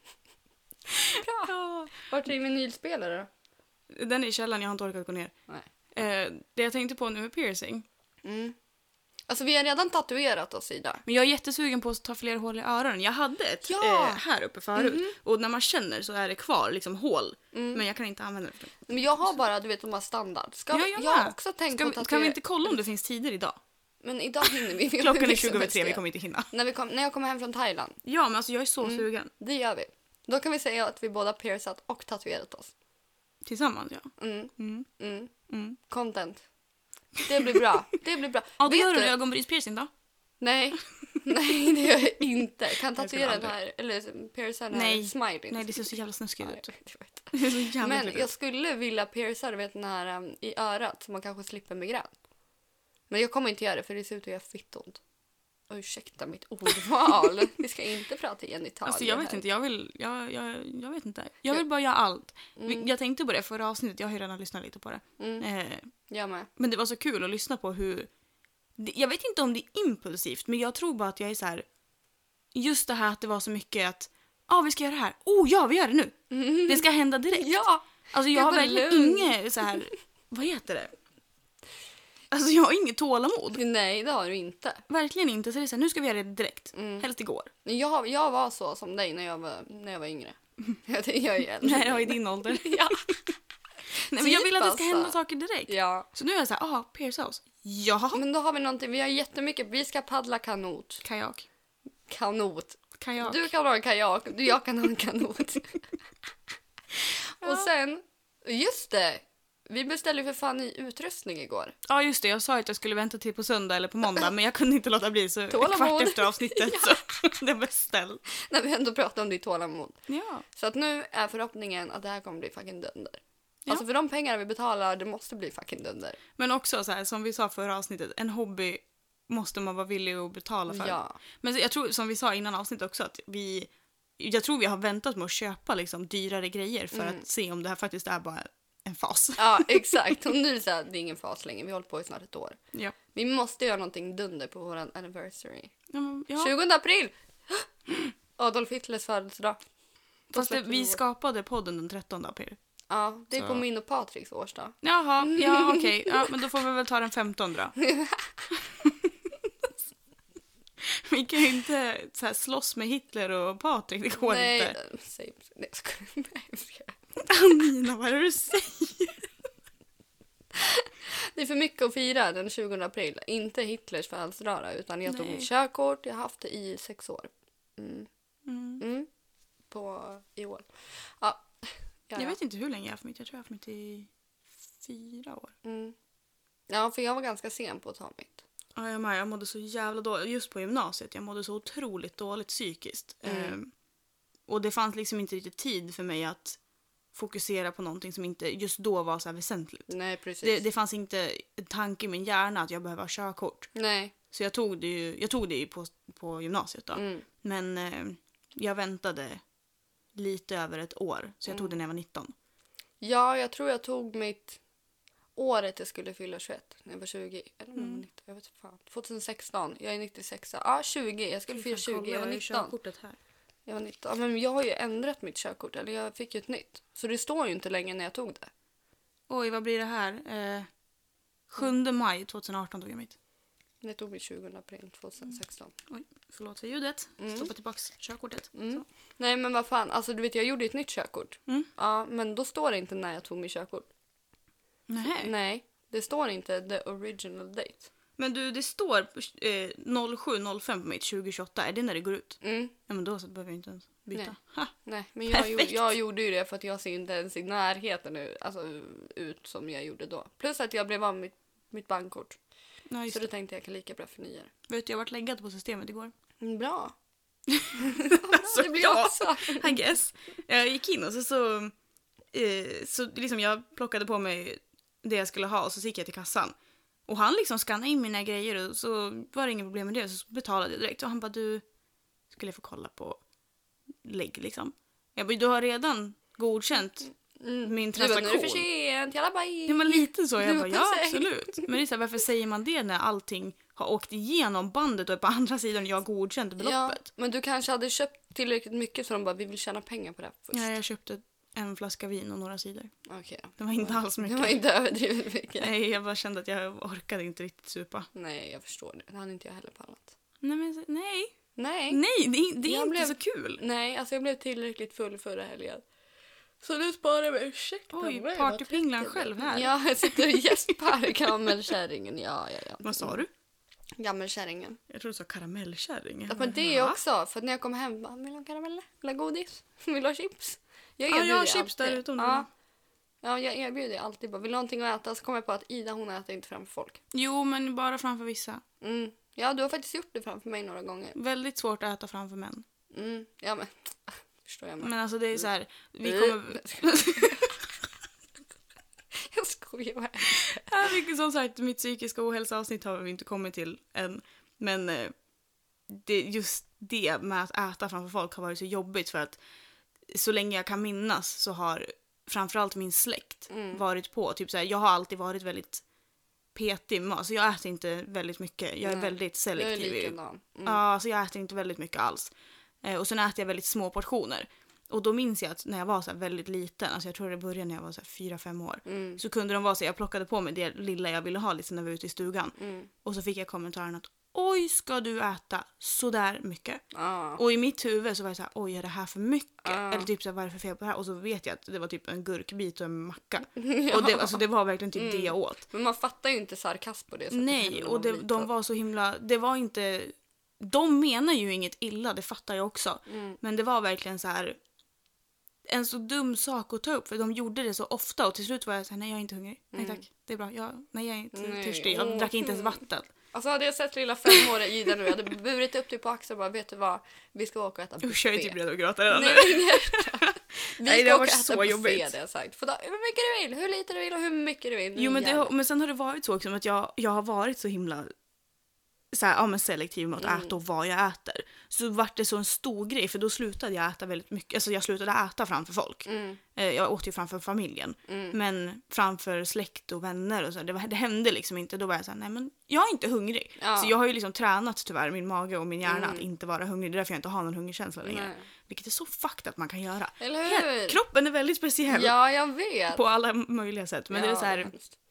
A: Bra.
B: Ja.
A: Vart är din vinylspelare då?
B: Den är i källaren, jag har inte orkat gå ner.
A: Nej.
B: Eh, det jag tänkte på nu med piercing.
A: Mm. Alltså vi har redan tatuerat oss, Ida.
B: Men jag är jättesugen på att ta fler hål i öronen. Jag hade ett
A: Ja.
B: eh, här uppe förut.
A: Mhm.
B: Och när man känner så är det kvar liksom hål.
A: Mm.
B: Men jag kan inte använda det.
A: Men jag har bara, du vet, de här standard. Ska
B: Ja,
A: vi,
B: jag
A: jag har
B: med.
A: också tänkt
B: Ska
A: på
B: vi,
A: att
B: kan vi
A: tatuera-
B: inte kolla om det finns tider idag?
A: Men idag hinner vi.
B: Klockan är
A: liksom
B: tjugo över tre,
A: ett
B: vi
A: steg.
B: kommer inte hinna.
A: När, vi kom, när jag kommer hem från Thailand,
B: Ja, men alltså jag är så
A: Mm.
B: sugen.
A: det gör vi. Då kan vi säga att vi båda piercat och tatuerat oss.
B: Tillsammans, ja.
A: Mm,
B: Mm.
A: mm.
B: Mm.
A: Content. Det blir bra. Det blir bra.
B: Ja, då
A: Vet
B: gör du
A: du?
B: en ögonbrynspiercing då?
A: Nej, nej det gör jag inte. Jag kan
B: Jag
A: tatuera
B: skulle
A: den här, eller pierca den
B: Nej.
A: här smileyn.
B: Nej, det ser så jävla snuskigt
A: Ja,
B: ut.
A: jag vet, jag vet.
B: Det är så jävla
A: Men
B: äckligt
A: jag
B: ut.
A: skulle vilja pierca du vet, den här um, i örat så man kanske slipper migrän. Men jag kommer inte göra det för det ser ut att göra fitt ont. Och ursäkta mitt ordval. Vi ska inte prata genitalier
B: Alltså jag vet
A: här.
B: inte, jag vill, jag, jag, jag vet inte. Jag vill bara göra allt.
A: Mm.
B: Jag tänkte på det förra avsnittet, jag har ju redan lyssnat lite på det.
A: Mm,
B: Eh,
A: jag med.
B: men det var så kul att lyssna på hur... det- Jag vet inte om det är impulsivt, men jag tror bara att jag är så här. Just det här att det var så mycket att, ja ah, vi ska göra det här. Oh ja, vi gör det nu. Det ska hända direkt.
A: Ja!
B: Alltså
A: det
B: jag har
A: var
B: verkligen
A: lugnt.
B: inget så här, vad heter det? Alltså jag har inget tålamod.
A: Nej, det har du inte.
B: Verkligen inte. Så det är så här, nu ska vi göra det direkt.
A: Mm.
B: Helst igår.
A: Men Jag, jag var så som dig när jag var, när jag var yngre. Jag, jag är äldre.
B: Nej, jag är i din ålder.
A: Ja.
B: Nej, men jag
A: Typ
B: vill att det ska
A: alltså.
B: hända saker direkt.
A: Ja.
B: Så nu är jag så här, ah, pierca oss. Ja.
A: Men då har vi någonting. Vi har jättemycket. Vi ska paddla kanot.
B: Kajak.
A: Kanot.
B: Kajak.
A: Du kan ha en kajak. Du, jag kan ha en kanot. Och sen, just det. Vi beställde för fan i utrustning igår.
B: Ja, just det. Jag sa att jag skulle vänta till på söndag eller på måndag, men jag kunde inte låta bli så
A: Tålamod.
B: kvart efter avsnittet så det beställ.
A: När vi ändå pratade om ditt tålamod.
B: Ja.
A: Så att nu är förhoppningen att det här kommer bli fucking dunder.
B: Ja.
A: Alltså för de pengar vi betalar, det måste bli fucking dunder.
B: Men också så här, som vi sa förra avsnittet, en hobby måste man vara villig att betala för.
A: Ja.
B: Men så- jag tror, som vi sa innan avsnittet också, att vi, jag tror vi har väntat med att köpa liksom dyrare grejer för
A: Mm.
B: att se om det här faktiskt är bara en fas.
A: Ja, exakt. Och nu är det så här, det är ingen fas längre. Vi har hållit på i snart ett år.
B: Ja.
A: Vi måste göra någonting dunder på vår anniversary.
B: Ja, men, ja.
A: tjugonde april! Adolf Hitlers födelsedag. Då
B: Fast det,
A: släpper
B: vi
A: vår-
B: skapade podden den trettonde april.
A: Ja, det är
B: Så-
A: på min och Patriks årsdag.
B: Jaha, ja okej. Ja, men då får vi väl ta den femtonde då. Vi kan ju inte så här, slåss med Hitler och Patrik, det går
A: Nej,
B: inte.
A: säg, nej, jag skojar. Nej, jag skojar.
B: Amina, vad är det du säger?
A: Det är för mycket att fira den tjugonde april. Inte Hitlers födelsedag, utan jag tog
B: Nej.
A: mitt körkort. Jag har haft det i sex år. Mm.
B: Mm.
A: Mm. På i år. Ja. Ja,
B: Jag vet inte hur länge jag har haft mitt. Jag tror jag har haft mitt i fyra år.
A: Mm. Ja, för jag var ganska sen på att ta mitt.
B: Ja, jag, med, jag mådde så jävla dåligt. Just på gymnasiet. Jag mådde så otroligt dåligt psykiskt.
A: Mm.
B: Ehm, och det fanns liksom inte riktigt tid för mig att fokusera på någonting som inte just då var så här väsentligt.
A: Nej, precis.
B: Det, det fanns inte en tanke i min hjärna att jag behöver ha körkort.
A: Nej.
B: Så jag tog det ju, jag tog det ju på, på gymnasiet då.
A: Mm.
B: Men eh, jag väntade lite över ett år. Så jag tog det när jag var nitton.
A: Ja, jag tror jag tog mitt året jag skulle fylla tjugoett. När jag var tjugo. Eller mm. nitton, jag vet fan. tjugohundrasexton. Jag är nittiosex. Ja, tjugo. Jag skulle fylla tjugo. Jag var nitton.
B: Körkortet här.
A: Jag var nitton. Ja, men jag har ju ändrat mitt körkort. Eller jag fick ju ett nytt. Så det står ju inte länge när jag tog det.
B: Oj, vad blir det här? Eh, sjunde maj tjugoarton tog jag mitt.
A: Jag tog mitt tjugonde april tjugohundrasexton.
B: Oj, förlåt för ljudet.
A: Mm.
B: Stoppa tillbaks körkortet.
A: Mm.
B: Så.
A: Nej, men vad fan. Alltså, du vet, jag gjorde ett nytt körkort.
B: Mm.
A: Ja, men då står det inte när jag tog mitt körkort.
B: Nej.
A: Nej, det står inte the original date.
B: Men du, det står eh, noll sju noll fem på mitt tjugo tjugoåtta. Är det när det går ut?
A: Mm.
B: Ja, men då så behöver jag inte ens byta.
A: Nej.
B: Ha.
A: Nej, men jag, gjorde,
B: Perfekt.
A: jag gjorde ju det för att jag ser inte ens i närheten nu, alltså, ut som jag gjorde då. Plus att jag blev av med mitt, mitt bankkort.
B: Ja, just
A: Så
B: det.
A: då tänkte jag jag kan lika bra förnya det.
B: Vet du, jag varit läggad på systemet igår.
A: Mm, bra.
B: Alltså,
A: det blir
B: ja.
A: också.
B: I guess. Jag gick in och så, så, eh, så liksom jag plockade på mig det jag skulle ha och så gick jag till kassan. Och han liksom skannade in mina grejer och så var det inga problem med det. Så betalade jag direkt. Och han bara, du skulle jag få kolla på lägg liksom. Jag bara, du har redan godkänt
A: Mm.
B: min
A: Du bara, nu är
B: transaktion.
A: det för sent, jalla bye.
B: Det var lite så. Jag bara, ja
A: Säg.
B: absolut. Men det är så här, varför säger man det när allting har åkt igenom bandet och är på andra sidan jag har godkänt beloppet?
A: Ja, men du kanske hade köpt tillräckligt mycket så de bara, vi vill tjäna pengar på det här först.
B: Ja, jag köpte en flaska vin och några sidor.
A: Okej då.
B: Det var inte alls mycket.
A: Det var inte överdrivet mycket.
B: Nej, jag bara kände att jag orkade inte riktigt supa.
A: Nej, jag förstår det. Det hade inte jag heller pallat.
B: Nej, men nej.
A: Nej.
B: Nej, det är, det är
A: Jag
B: inte
A: blev-
B: så kul.
A: Nej, alltså jag blev tillräckligt full förra helgen. Så nu sparar jag mig. Ursäkta
B: Oj,
A: mig,
B: partypinglan
A: vad trött jag
B: själv här.
A: blev. Ja, jag sitter och gäspar. Gammelkärringen. Ja, ja, ja.
B: Vad sa du?
A: Gammelkärringen.
B: Jag tror du sa karamellkärring.
A: Ja, men det
B: Va?
A: också. För att när jag kom hem, bara, vill du ha karamell? Vill du ha godis? Vill du ha chips? Jag
B: Ja, jag har
A: erbjuder
B: chips där
A: alltid.
B: ute om du
A: ja. ja, jag erbjuder alltid. Bara, vill du ha någonting att äta? Så kommer jag på att Ida, hon äter inte framför folk.
B: Jo, men bara framför vissa.
A: Mm. Ja, du har faktiskt gjort det framför mig några gånger.
B: Väldigt svårt att äta framför män.
A: Mm. Ja, men förstår jag.
B: Men alltså det är så här, vi
A: Mm.
B: kommer...
A: Jag skojar bara.
B: Ja, vilket som sagt, mitt psykiska ohälsa-avsnitt har vi inte kommit till än. Men eh, det, just det med att äta framför folk har varit så jobbigt för att så länge jag kan minnas så har framförallt min släkt
A: Mm.
B: varit på. Typ så här, jag har alltid varit väldigt petig med mat, så jag äter inte väldigt mycket. Jag är
A: Nej,
B: väldigt
A: Jag är
B: selektiv.
A: likadan. Mm.
B: Ja, så jag äter inte väldigt mycket alls. Eh, och sen äter jag väldigt små portioner. Och då minns jag att när jag var så här väldigt liten, alltså jag tror det började när jag var så här fyra, fem år,
A: Mm.
B: så kunde de vara så jag plockade på mig det lilla jag ville ha liksom när vi var ute i stugan.
A: Mm.
B: Och så fick jag kommentaren att oj, ska du äta så där mycket?
A: Ja.
B: Och i mitt huvud så var jag så här, oj, är det här för mycket?
A: Ja.
B: Eller typ så här, vad är det för fel på det här? Och så vet jag att det var typ en gurkbit och en macka.
A: Ja.
B: Och det, alltså, det var verkligen typ
A: Mm.
B: det jag åt.
A: Men man fattar ju inte sarkasm på det sättet.
B: Nej,
A: heller
B: och
A: när
B: det,
A: man blir
B: de
A: så.
B: var så himla, det var inte, de menar ju inget illa, det fattar jag också.
A: Mm.
B: Men det var verkligen så här en så dum sak att ta upp, för de gjorde det så ofta och till slut var jag så här, nej jag är inte hungrig. Nej
A: Mm.
B: tack, det är bra. Jag, nej jag är inte
A: Nej,
B: törstig. Jag
A: åh.
B: drack inte ens vatten.
A: Alltså hade jag sett lilla femåriga Ida nu, jag hade burit upp dig på axeln och bara, vet du vad, vi ska åka och äta buffé.
B: Usch, jag är typ redo att gråta redan nu.
A: Nej, men hjärta. Vi
B: Nej,
A: ska
B: det har
A: åka och
B: varit
A: äta
B: så
A: buffé,
B: jobbigt.
A: det har jag sagt. För då, hur mycket du vill, hur lite du vill och hur mycket du vill.
B: Jo, men, det
A: Jävlar.
B: har, men sen har det varit så också att jag, jag har varit så himla så här, ja, men selektiv med att
A: Mm.
B: äta och vad jag äter. Så vart det så en stor grej, för då slutade jag äta väldigt mycket. Alltså jag slutade äta framför folk.
A: Mm,
B: Eh, Jag åt ju framför familjen.
A: mm.
B: Men framför släkt och vänner och så, det, var, det hände liksom inte. Då var jag så här, nej men jag är inte hungrig.
A: Ja.
B: Så jag har ju liksom tränat tyvärr min mage och min hjärna
A: Mm.
B: att inte vara hungrig. Det är därför jag inte har någon hungerkänsla längre.
A: Nej.
B: Vilket är så fucked att man kan göra.
A: Eller
B: Helt-
A: hur?
B: Kroppen är väldigt speciell
A: Ja, jag vet.
B: på alla möjliga sätt. Men
A: ja,
B: det är så här,
A: hemskt.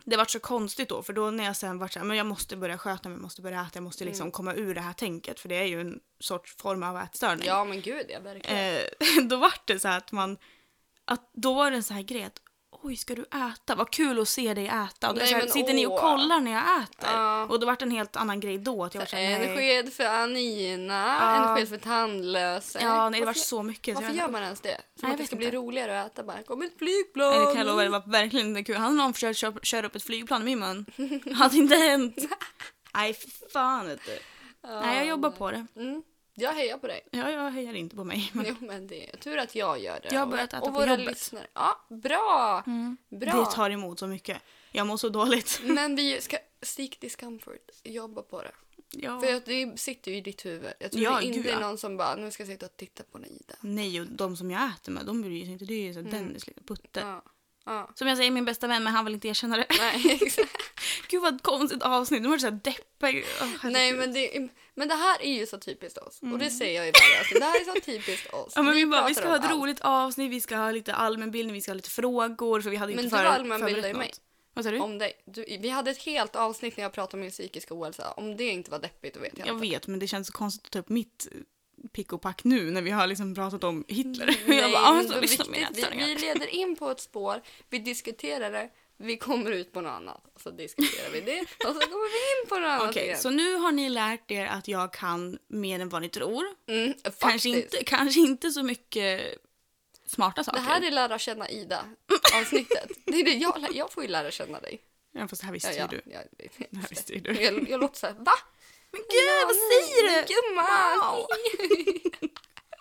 B: det var så konstigt då, för då när jag sen var så här, men jag måste börja sköta mig, jag måste börja äta, jag måste liksom
A: Mm.
B: komma ur det här tänket, för det är ju en sorts form av ätstörning.
A: Ja, men gud, ja, verkligen.
B: Eh, då var det så här att man, att då var det en så här grej att, oj, ska du äta? Vad kul att se dig äta. Och då
A: Nej,
B: så här,
A: men
B: sitter ni och
A: åh.
B: kollar när jag äter?
A: Ja.
B: Och då var det en helt annan grej då. Att jag var så här,
A: En
B: nej.
A: sked för Anina,
B: Ja.
A: en sked för tandlösa.
B: Ja, nej, det var
A: Varför-
B: så mycket. Så
A: Varför
B: jag,
A: gör man ens det? Som
B: jag
A: att det
B: vet
A: ska
B: inte.
A: bli roligare att äta bara. Kom ett flygplan.
B: Nej, det kan jag lova, det var verkligen inte kul. Han någon försökt köra, köra upp ett flygplan i min mun. Hade inte hänt. Nej, för fan vet du.
A: Ja,
B: Nej, jag jobbar på det.
A: Mm. Jag hejar på dig.
B: Ja, jag hejar inte på mig. Men
A: Jo, men det är tur att jag gör det.
B: Jag har börjat äta
A: och
B: på
A: våra
B: jobbet.
A: lyssnare. Ja, bra.
B: mm,
A: Bra.
B: det tar emot så mycket. Jag mår så dåligt.
A: Men vi ska seek discomfort. Jobba på det.
B: Ja.
A: För att det sitter ju i ditt huvud. Jag tror
B: Ja,
A: det inte
B: gud,
A: är
B: ja.
A: någon som bara, nu ska jag sitta och titta på Nida.
B: Nej, och de som jag äter med, de bryr sig inte. Det är ju så
A: Mm.
B: Dennis, lilla Putte.
A: Ja. Ja.
B: Som jag säger, min bästa vän, men han vill inte erkänna det.
A: Nej, exakt.
B: Gud vad konstigt avsnitt. Nu var det så här deppig. Oh,
A: Nej, men det, men det här är ju så typiskt oss. Och det säger jag i varje avsnitt. Det här är så typiskt oss.
B: Ja, men vi, bara, vi
A: pratar
B: ska ha
A: om
B: ett
A: allt.
B: roligt avsnitt, vi ska ha lite allmänbildning, vi ska ha lite frågor, för vi hade
A: Men
B: inte
A: du
B: för,
A: var allmänbildad
B: förberett
A: i mig.
B: något. Vad sa du?
A: Om dig. Du, vi hade ett helt avsnitt när jag pratade om min psykiska ohälsa. Om det inte var deppigt, då vet jag,
B: Jag
A: inte.
B: vet, men det känns så konstigt att ta upp mitt eh, pick och pack nu när vi har liksom pratat om Hitler.
A: Nej,
B: jag bara, ah,
A: men
B: så
A: det är
B: lyssna på mina
A: viktigt. vi,
B: ätstörningar.
A: vi leder in på ett spår, vi diskuterar det, vi kommer ut på något annat. Och så diskuterar vi det, och så kommer vi in på något annat
B: Okej,
A: igen.
B: så nu har ni lärt er att jag kan mer än vad ni tror.
A: Mm, faktiskt.
B: Kanske inte, kanske inte så mycket smarta
A: Det
B: saker.
A: här är lära känna Ida-avsnittet. Det är det jag, lär- jag får ju lära känna dig.
B: Ja, fast det här visste
A: Ja,
B: ju
A: ja,
B: du.
A: jag, vet.
B: Det här visste ju du.
A: jag, jag låter så här, va?
B: Men gud, vad säger du?
A: Gumman!
B: Wow.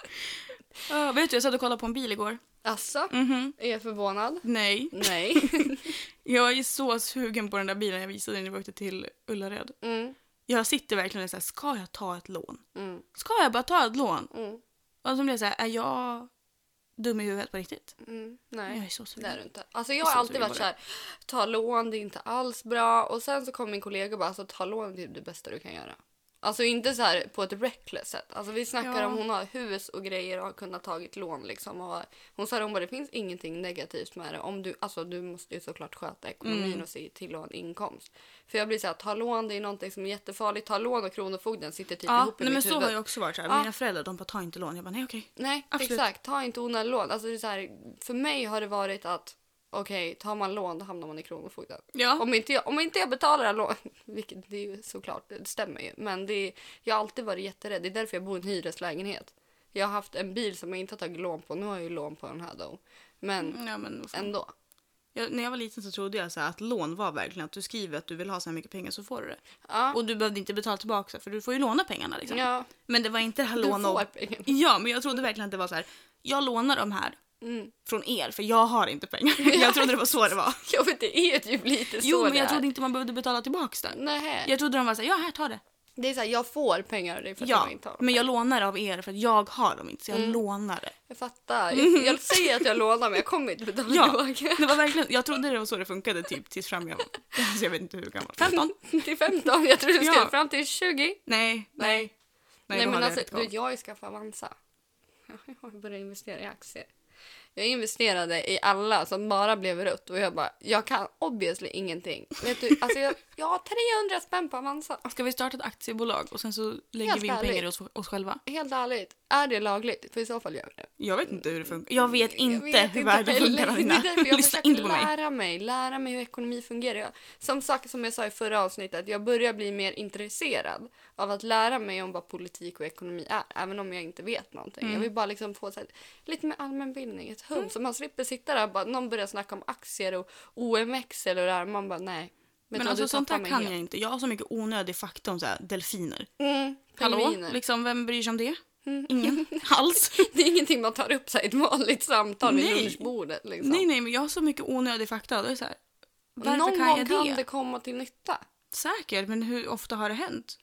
B: Ja, vet du, jag satt och kollade på en bil igår.
A: Alltså,
B: Mhm.
A: är jag förvånad?
B: Nej.
A: Nej.
B: Jag är så sugen på den där bilen jag visade när vi åkte till Ullared.
A: Mm,
B: Jag sitter verkligen och säger, ska jag ta ett lån?
A: mm,
B: Ska jag bara ta ett lån?
A: mm,
B: Och så blir jag så här, är jag dum i huvudet på riktigt?
A: mm.
B: Jag
A: Nej.
B: är så
A: Det
B: sugen.
A: är du inte. Alltså jag
B: Jag är
A: har
B: så
A: alltid
B: sugen
A: varit
B: på
A: så här, ta lån, det är inte alls bra. Och sen så kom min kollega och bara, alltså ta lån, det är det bästa du kan göra. Alltså inte så här på ett reckless sätt. Alltså vi snackar
B: Ja.
A: om hon har hus och grejer och har kunnat tagit lån liksom. Och hon sa hon bara, det finns ingenting negativt med det. Om du, alltså du måste ju såklart sköta ekonomin
B: Mm.
A: och se till att ha en inkomst. För jag blir så här, ta lån, det är någonting som är jättefarligt. Ta lån och kronofogden sitter typ
B: Ja,
A: ihop i
B: nej, men
A: mitt
B: så
A: huvud.
B: har jag också varit så här.
A: Ja.
B: Mina föräldrar, de bara, ta inte lån. Jag bara, nej okej.
A: Nej,
B: Absolut.
A: exakt. Ta inte onödiga lån. Alltså det är så här, för mig har det varit att okej, tar man lån då hamnar man i kronofogden.
B: Ja.
A: Om inte jag, om inte jag betalar lån, vilket det är ju såklart, det stämmer ju. Men det är, jag har alltid varit jätterädd. Det är därför jag bor i en hyreslägenhet. Jag har haft en bil som jag inte har tagit lån på. Nu har jag ju lån på den här då. Men
B: Ja, men vad fan.
A: ändå.
B: Jag, när jag var liten så trodde jag så här, att lån var verkligen att du skriver att du vill ha så här mycket pengar så får du det.
A: Ja,
B: Och du behövde inte betala tillbaka för du får ju låna pengarna liksom.
A: ja
B: Men det var inte det här
A: du
B: låna och...
A: får pengar.
B: Ja, men jag trodde verkligen att det var så här. Jag lånar de här
A: Mm.
B: från er för jag har inte pengar. Jag trodde det var så det var.
A: Ja, men det är ju typ lite så
B: Jo, men
A: det
B: jag
A: är.
B: trodde inte man behövde betala tillbaka det.
A: Nej.
B: Jag trodde de var så här, ja här, ta det.
A: Det är så här, jag får pengar av dig för att
B: Ja,
A: jag inte har dem.
B: men jag lånar av er för att jag har dem inte så jag
A: Mm.
B: lånar det.
A: Jag fattar. Jag, jag säger att jag lånar men jag kommer inte betala
B: Ja.
A: tillbaka.
B: Det var verkligen, jag trodde det var så det funkade typ tills fram jag var, alltså jag vet inte hur gammal. femton?
A: Till femton, jag tror du skulle
B: Ja.
A: fram till tjugo.
B: Nej,
A: Nej. Nej,
B: då
A: men
B: hade
A: alltså,
B: jag rätt
A: du,
B: koll.
A: jag har ju skaffat Avanza. Jag har börjat investera i aktier. Jag investerade i alla som bara blev rött och jag bara, jag kan obviously ingenting. Vet du, alltså jag, jag har trehundra spänn på Avanza.
B: Ska vi starta ett aktiebolag och sen så lägger
A: Helt
B: vi in
A: ärligt.
B: pengar hos oss själva?
A: Helt ärligt, är det lagligt? För i så fall gör vi det.
B: Jag vet inte hur det funkar. Jag vet inte
A: vet
B: hur världen
A: heller.
B: funkar,
A: Det är
B: Alina.
A: därför jag
B: Lyssna
A: försöker
B: inte på mig.
A: lära mig. Lära mig hur ekonomi fungerar. Jag, som sagt, som jag sa i förra avsnittet, jag börjar bli mer intresserad av att lära mig om vad politik och ekonomi är. Även om jag inte vet någonting.
B: Mm.
A: Jag vill bara liksom få så här, lite mer allmänbildning, ett hum. Så man slipper sitta där och bara, någon börjar snacka om aktier och O M X eller det där. Man bara, nej. Vet du
B: Men
A: vad,
B: alltså
A: du
B: sånt
A: tappar
B: där
A: mig
B: kan
A: helt.
B: jag inte. Jag har så mycket onödig fakta om så här, delfiner.
A: Mm,
B: Hallå?
A: pingviner.
B: Liksom, vem bryr sig om det?
A: Mm.
B: Ingen alls.
A: Det är ingenting man tar upp så här, i ett vanligt samtal vid
B: Nej.
A: lunchbordet. Liksom.
B: Nej, nej, men jag har så mycket onödig fakta. Det är så här, varför
A: Någon
B: kan
A: gång
B: jag
A: kan
B: det?
A: det komma till nytta.
B: Säkert, men hur ofta har det hänt?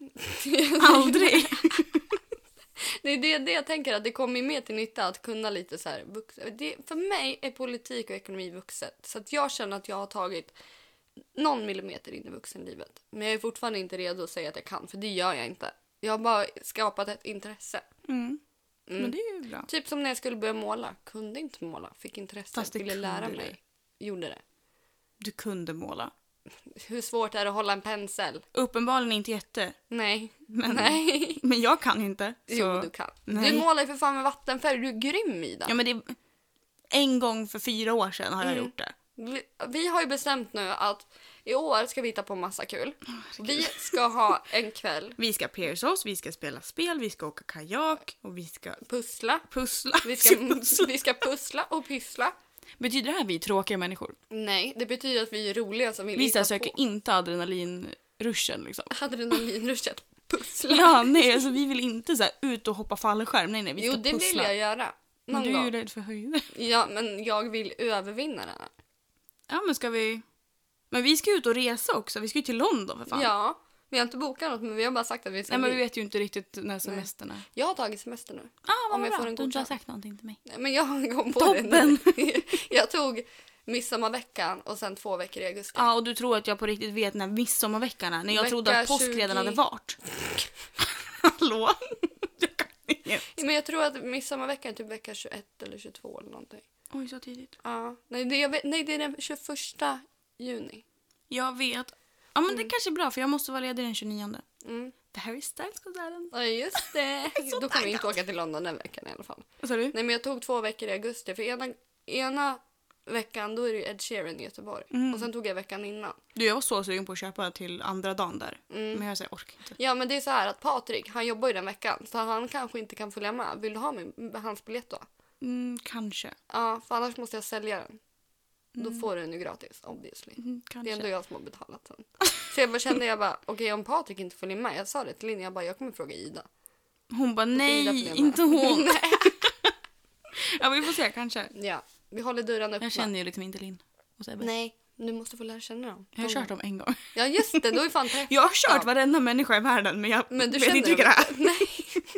B: Aldrig.
A: Det är det, det jag tänker, att det kommer mer till nytta att kunna lite så här vux- det, för mig är politik och ekonomi vuxet. Så att jag känner att jag har tagit någon millimeter in i vuxenlivet. Men jag är fortfarande inte redo att säga att jag kan, för det gör jag inte. Jag har bara skapat ett intresse.
B: Mm.
A: Mm.
B: Men det är ju bra.
A: Typ som när jag skulle börja måla. Kunde inte måla. Fick intresse.
B: Fast det
A: Ville
B: kunde
A: lära
B: du.
A: mig. Gjorde det.
B: Du kunde måla.
A: hur svårt är det att hålla en pensel?
B: Uppenbarligen inte jätte.
A: Nej.
B: Men,
A: Nej.
B: men jag kan inte. Så.
A: Jo, du kan.
B: Nej.
A: Du målar ju för fan med vattenfärg. Du är grym i det.
B: Ja, men det är... En gång för fyra år sedan har jag
A: Mm.
B: gjort det.
A: Vi, vi har ju bestämt nu att i år ska vi hitta på massa kul. Vi ska ha en kväll.
B: Vi ska pierce oss, vi ska spela spel, vi ska åka kajak och vi ska
A: Pussla.
B: pussla.
A: Vi ska, vi ska pussla och pyssla.
B: Betyder det här att vi är tråkiga människor?
A: Nej, det betyder att vi är roliga som vill
B: Vi så här
A: hitta
B: söker
A: på.
B: inte adrenalinruschen liksom.
A: Adrenalinruschet. Pussla.
B: Ja, nej, alltså vi vill inte så här ut och hoppa fallskärm. Nej, nej, vi ska
A: Jo, det
B: pussla.
A: vill jag göra.
B: Men
A: Någon
B: du är ju
A: gång.
B: rädd för höjder.
A: Ja, men jag vill övervinna den här.
B: Ja, men ska vi... Men vi ska ut och resa också. Vi ska ju till London för fan.
A: Ja, vi har inte bokat något, men vi har bara sagt att vi ska
B: Nej, men vi
A: dit.
B: vet ju inte riktigt när semestern är.
A: Jag har tagit semester nu.
B: Ah, vad
A: Om jag
B: bra.
A: får en
B: Du har inte
A: godkänd.
B: sagt någonting till mig.
A: Nej, men jag kom på
B: Toppen.
A: det nu. Jag tog midsommarveckan och sen två veckor i augusti.
B: Ja, och du tror att jag på riktigt vet när midsommarveckan är. När jag
A: Vecka
B: trodde att påsk
A: tjugo.
B: redan hade varit. Hallå? Jag kan inget.
A: Men jag tror att midsommarveckan är typ vecka tjugoett eller tjugotvå eller någonting.
B: Oj, så tidigt.
A: Ja. Nej, det, jag vet, nej, det är den tjugoförsta juni.
B: Jag vet. Ja, men
A: Mm.
B: det kanske är bra för jag måste vara ledig den tjugonionde.
A: Mm.
B: Det här är Styles-konserten.
A: Ja, just det.
B: Så
A: Då kommer vi inte
B: taggad.
A: åka till London den veckan i alla fall.
B: Vad sa du?
A: Nej, men jag tog två veckor i augusti. För ena, ena veckan då är det ju Ed Sheeran i Göteborg.
B: Mm.
A: Och sen tog jag veckan innan.
B: Du, jag var så sugen på att köpa till andra dagen där.
A: Mm.
B: Men jag säger orkar inte.
A: Ja, men det är så här att Patrik, han jobbar ju den veckan. Så han kanske inte kan följa med. Vill du ha min, hans biljett då?
B: Mm, kanske.
A: Ja, för annars måste jag sälja den. Då får du den ju gratis, obviously.
B: Mm,
A: Det är
B: kanske.
A: ändå jag som har betalat den. Så jag bara kände, jag bara, okej okay, om Patrik inte följer med. Jag sa det till Linja, jag bara, jag kommer fråga Ida.
B: Hon bara,
A: Ida
B: nej,
A: följer med.
B: inte hon.
A: Nej.
B: Ja, vi får se, kanske.
A: Ja, vi håller dörrarna öppna.
B: Jag känner ju liksom inte Linn och Sebbe.
A: Nej, du måste få lära känna dem.
B: Jag har kört dem en gång.
A: Ja, just det, då är fan träff.
B: Jag har kört
A: Ja.
B: varenda människa i världen, men jag
A: Men du
B: vet
A: känner
B: inte vilka det är.
A: Nej.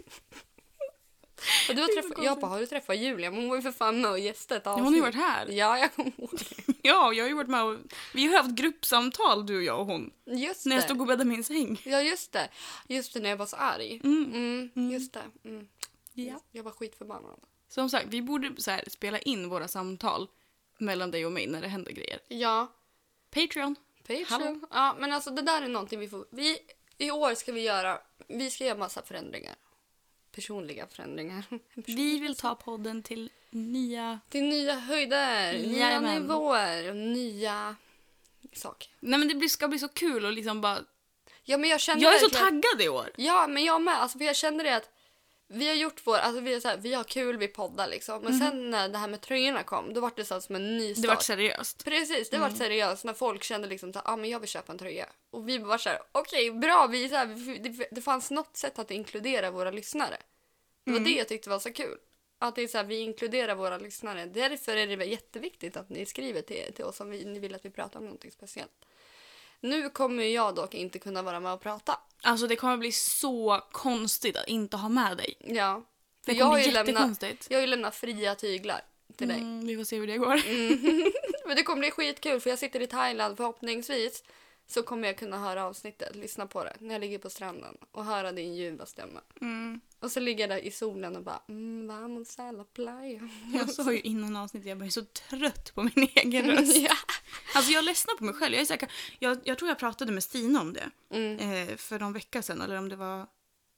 A: Och du har
B: Det är så
A: träffat,
B: konstigt.
A: jag bara, har du träffat Julia? Men hon var ju för fan med och gästade ett
B: Ja,
A: avsnitt.
B: hon har ju varit här.
A: Ja, jag kommer ihåg det.
B: Ja, jag har ju varit med och... Vi har haft gruppsamtal, du och jag och hon.
A: Just
B: När jag
A: det.
B: stod och bäddade min säng.
A: Ja, just det. Just det, när jag var så arg.
B: Mm.
A: Mm, just det. Mm.
B: Ja.
A: Jag var skitförbannad.
B: Som sagt, vi borde så här, spela in våra samtal mellan dig och mig när det händer grejer.
A: Ja,
B: Patreon. Hallå.
A: Patreon. Ja, men alltså det där är någonting vi får... Vi, I år ska vi göra... Vi ska göra massa förändringar. Personliga förändringar.
B: Vi vill ta podden till nya...
A: Till nya höjder, nya
B: Jajamän.
A: nivåer och nya saker.
B: Nej, men det blir, ska bli så kul och liksom bara...
A: Ja, men jag känner
B: Jag är så
A: verkligen-
B: taggad i år.
A: Ja, men jag med. Alltså, för jag känner det att vi har gjort vår... Alltså, vi, är så här, vi har kul, vi poddar liksom. Men sen när det här med tröjorna kom, då var det så här som en ny start.
B: Det var seriöst.
A: Precis, det var seriöst när folk kände liksom så ah, men jag vill köpa en tröja. Och vi var så här, okej, bra, vi är så här, vi- det, det fanns något sätt att inkludera våra lyssnare. Det var det jag tyckte var så kul. Att det är så här, vi inkluderar våra lyssnare. Därför är det väl jätteviktigt att ni skriver till, till oss om vi, ni vill att vi pratar om någonting speciellt. Nu kommer jag dock inte kunna vara med och prata.
B: Alltså det kommer bli så konstigt att inte ha med dig.
A: Ja. För
B: Det
A: jag
B: kommer
A: har,
B: bli
A: ju lämnat,
B: jättekonstigt.
A: jag har ju lämnat fria tyglar till dig.
B: Mm, vi får se hur det går.
A: Men det kommer bli skitkul för jag sitter i Thailand förhoppningsvis. Så kommer jag kunna höra avsnittet, lyssna på det när jag ligger på stranden och höra din ljuva stämma.
B: Mm.
A: Och så ligger jag där i solen och bara mm, vamos a la playa.
B: Jag sa ju innan avsnittet, jag bara är så trött på min egen röst.
A: Ja.
B: Alltså jag ledsnar på mig själv. Jag, är säker, jag, jag tror jag pratade med Stina om det
A: Mm.
B: eh, för någon vecka sedan. Eller om det var...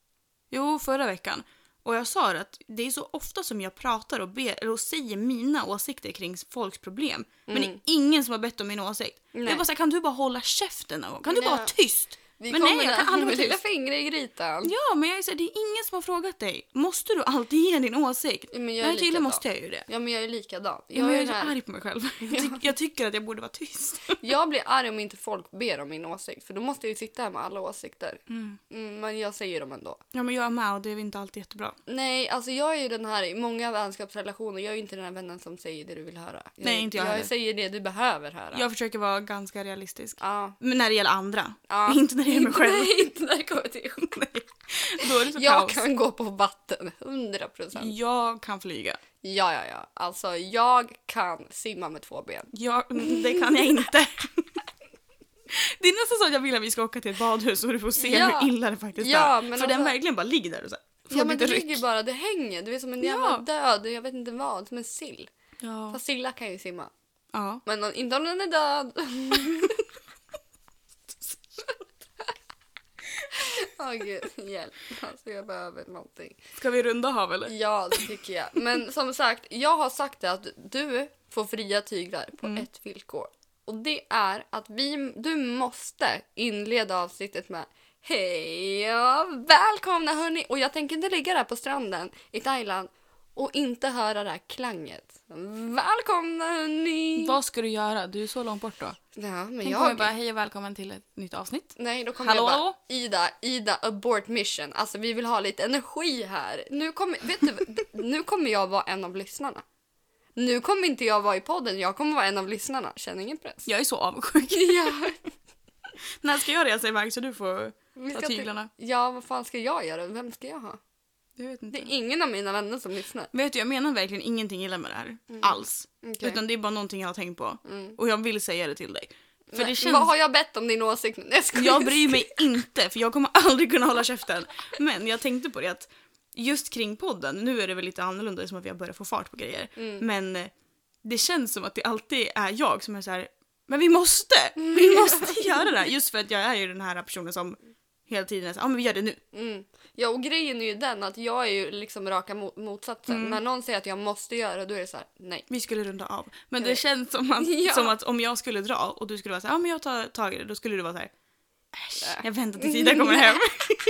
B: Jo, förra veckan. Och jag sa att det är så ofta som jag pratar och, ber, eller och säger mina åsikter kring folks problem. Men det är
A: Mm.
B: ingen som har bett om min åsikt.
A: Nej.
B: Jag bara så här, kan du bara hålla käften någon gång? Kan du bara
A: Ja.
B: vara tyst?
A: Vi
B: Men
A: kommer
B: nej, jag
A: där
B: kan aldrig
A: med
B: vara
A: lilla
B: tyst.
A: fingret i grytan.
B: Ja, men jag är så här, det är ingen som har frågat dig. Måste du alltid ge din åsikt?
A: Ja, men jag är
B: Nej, tydligen
A: likadan.
B: måste jag ju det.
A: Ja, men jag är likadan.
B: Ja, men jag är
A: är
B: så
A: här.
B: arg på mig själv. Jag, ty- jag tycker att jag borde vara tyst.
A: Jag blir arg om inte folk ber om min åsikt. För då måste jag ju sitta här med alla åsikter.
B: Mm.
A: Mm, men jag säger dem ändå.
B: Ja, men jag är med och det är inte alltid jättebra.
A: Nej, alltså jag är ju den här i många vänskapsrelationer. Jag är ju inte den här vännen som säger det du vill höra. Jag,
B: Nej, inte jag
A: Jag
B: heller.
A: säger det du behöver höra.
B: Jag försöker vara ganska realistisk.
A: Ja.
B: Men när det gäller andra.
A: Ja.
B: Inte när det gäller mig själv.
A: Nej, inte när det kommer till
B: Då är det så
A: Jag
B: kaos.
A: kan gå på vatten, hundra procent.
B: Jag kan flyga.
A: Ja, ja, ja. Alltså, jag kan simma med två ben.
B: Jag, det kan jag inte. Det är nästan så att jag vill att vi ska åka till ett badhus och du får se
A: Ja.
B: hur illa det faktiskt
A: Ja,
B: är.
A: men
B: För den
A: alltså-
B: verkligen bara ligger där och så här, får
A: Ja, men
B: lite
A: det
B: ryck.
A: ligger bara, det hänger. Du är som en jävla
B: Ja.
A: död, jag vet inte vad, som en sill.
B: Ja.
A: Fast sillar kan ju simma.
B: Ja.
A: Men inte om den är död. Åh gud, hjälp. Alltså jag behöver någonting.
B: Ska vi runda av eller?
A: Ja, det tycker jag. Men som sagt, jag har sagt det att du får fria tyglar på
B: Mm.
A: ett villkor. Och det är att vi, du måste inleda avsnittet med hej och välkomna hörni. Och jag tänker inte ligga där på stranden i Thailand och inte höra det här klanget. Välkomna hörni.
B: Vad ska du göra? Du är så långt bort då.
A: Ja, men
B: Tänk
A: jag...
B: om jag bara, hej och välkommen till ett nytt avsnitt.
A: Nej, då kommer
B: Hallå,
A: jag bara,
B: hallå?
A: Ida, Ida, abort mission. Alltså vi vill ha lite energi här. Nu kommer, vet du, d- nu kommer jag vara en av lyssnarna. Nu kommer inte jag vara i podden, jag kommer vara en av lyssnarna. Känner ingen press.
B: Jag är så avundsjuk.
A: Ja,
B: När ska jag resa iväg så du får
A: vi
B: ta
A: ska till-
B: tyglarna?
A: ja, vad fan ska jag göra? Vem ska jag ha?
B: Jag vet
A: Det
B: inte.
A: är ingen av mina vänner som lyssnar.
B: Vet du, jag menar verkligen ingenting illa med det här. Alls.
A: Okej.
B: Utan det är bara någonting jag har tänkt på.
A: Mm.
B: Och jag vill säga det till dig. För
A: Nej,
B: det känns...
A: Vad har jag bett om din åsikt? Nej, jag skojar.
B: Jag bryr mig inte, för jag kommer aldrig kunna hålla käften. Men jag tänkte på det att just kring podden, nu är det väl lite annorlunda som att vi har börjat få fart på grejer.
A: Mm.
B: Men eh, det känns som att det alltid är jag som är så här: men vi måste! Vi måste göra det här. Just för att jag är ju den här personen som hela tiden är så, ja men vi gör det nu.
A: Mm. Ja, och grejen är ju den att jag är ju liksom raka mo- motsatsen.
B: Mm.
A: När någon säger att jag måste göra, då är det så här: nej.
B: Vi skulle runda av. Men det
A: Nej.
B: känns som att,
A: Ja.
B: som att om jag skulle dra och du skulle vara så här, ja men jag tar tag i det, då skulle du vara så här: äsch,
A: Äh.
B: jag väntar tills Ida kommer hem.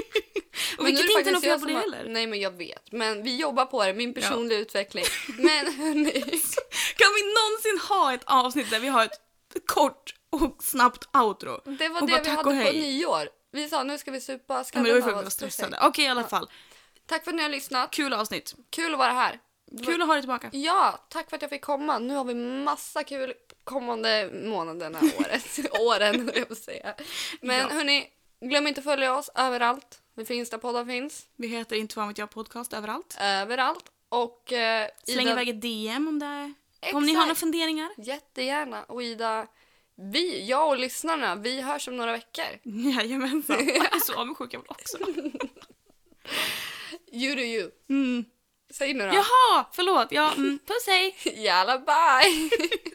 B: Och
A: Men nu
B: vilket
A: är
B: inte är något
A: faktiskt
B: fel
A: jag
B: på det
A: som har-
B: heller.
A: Nej, men jag vet. Men vi jobbar på det, min personliga utveckling. Men hörni,
B: Kan vi någonsin ha ett avsnitt där vi har ett kort och snabbt outro?
A: det var
B: Och
A: det
B: bara
A: vi
B: tack
A: hade
B: och
A: på
B: hej.
A: nyår. Vi sa nu ska vi supa,
B: Ja,
A: ska
B: men det var ju
A: vi
B: för att
A: ha
B: vi var
A: oss.
B: stressade.
A: Perfekt.
B: Okej, i alla fall.
A: Tack för att ni har lyssnat.
B: Kul avsnitt.
A: Kul att vara här.
B: Kul att ha dig tillbaka.
A: Ja, tack för att jag fick komma. Nu har vi massa kul kommande månaderna, året. Åren, höll jag på att säga. Men
B: Ja.
A: hörni, glöm inte att följa oss överallt. Vi finns där poddar finns.
B: Vi heter Inte fan vet jag podcast överallt.
A: Överallt. Och eh,
B: Släng
A: Ida-
B: iväg ett D M om det är,
A: Exakt.
B: om ni har några funderingar.
A: Jättegärna. Och Ida, vi, jag och lyssnarna, vi hörs om några veckor.
B: Jajamensan. Jag är så avundsjuk jag vill också.
A: You do you.
B: Mm.
A: Säg nu då.
B: Jaha, förlåt. Ja, mm, puss hej.
A: Jalla, bye!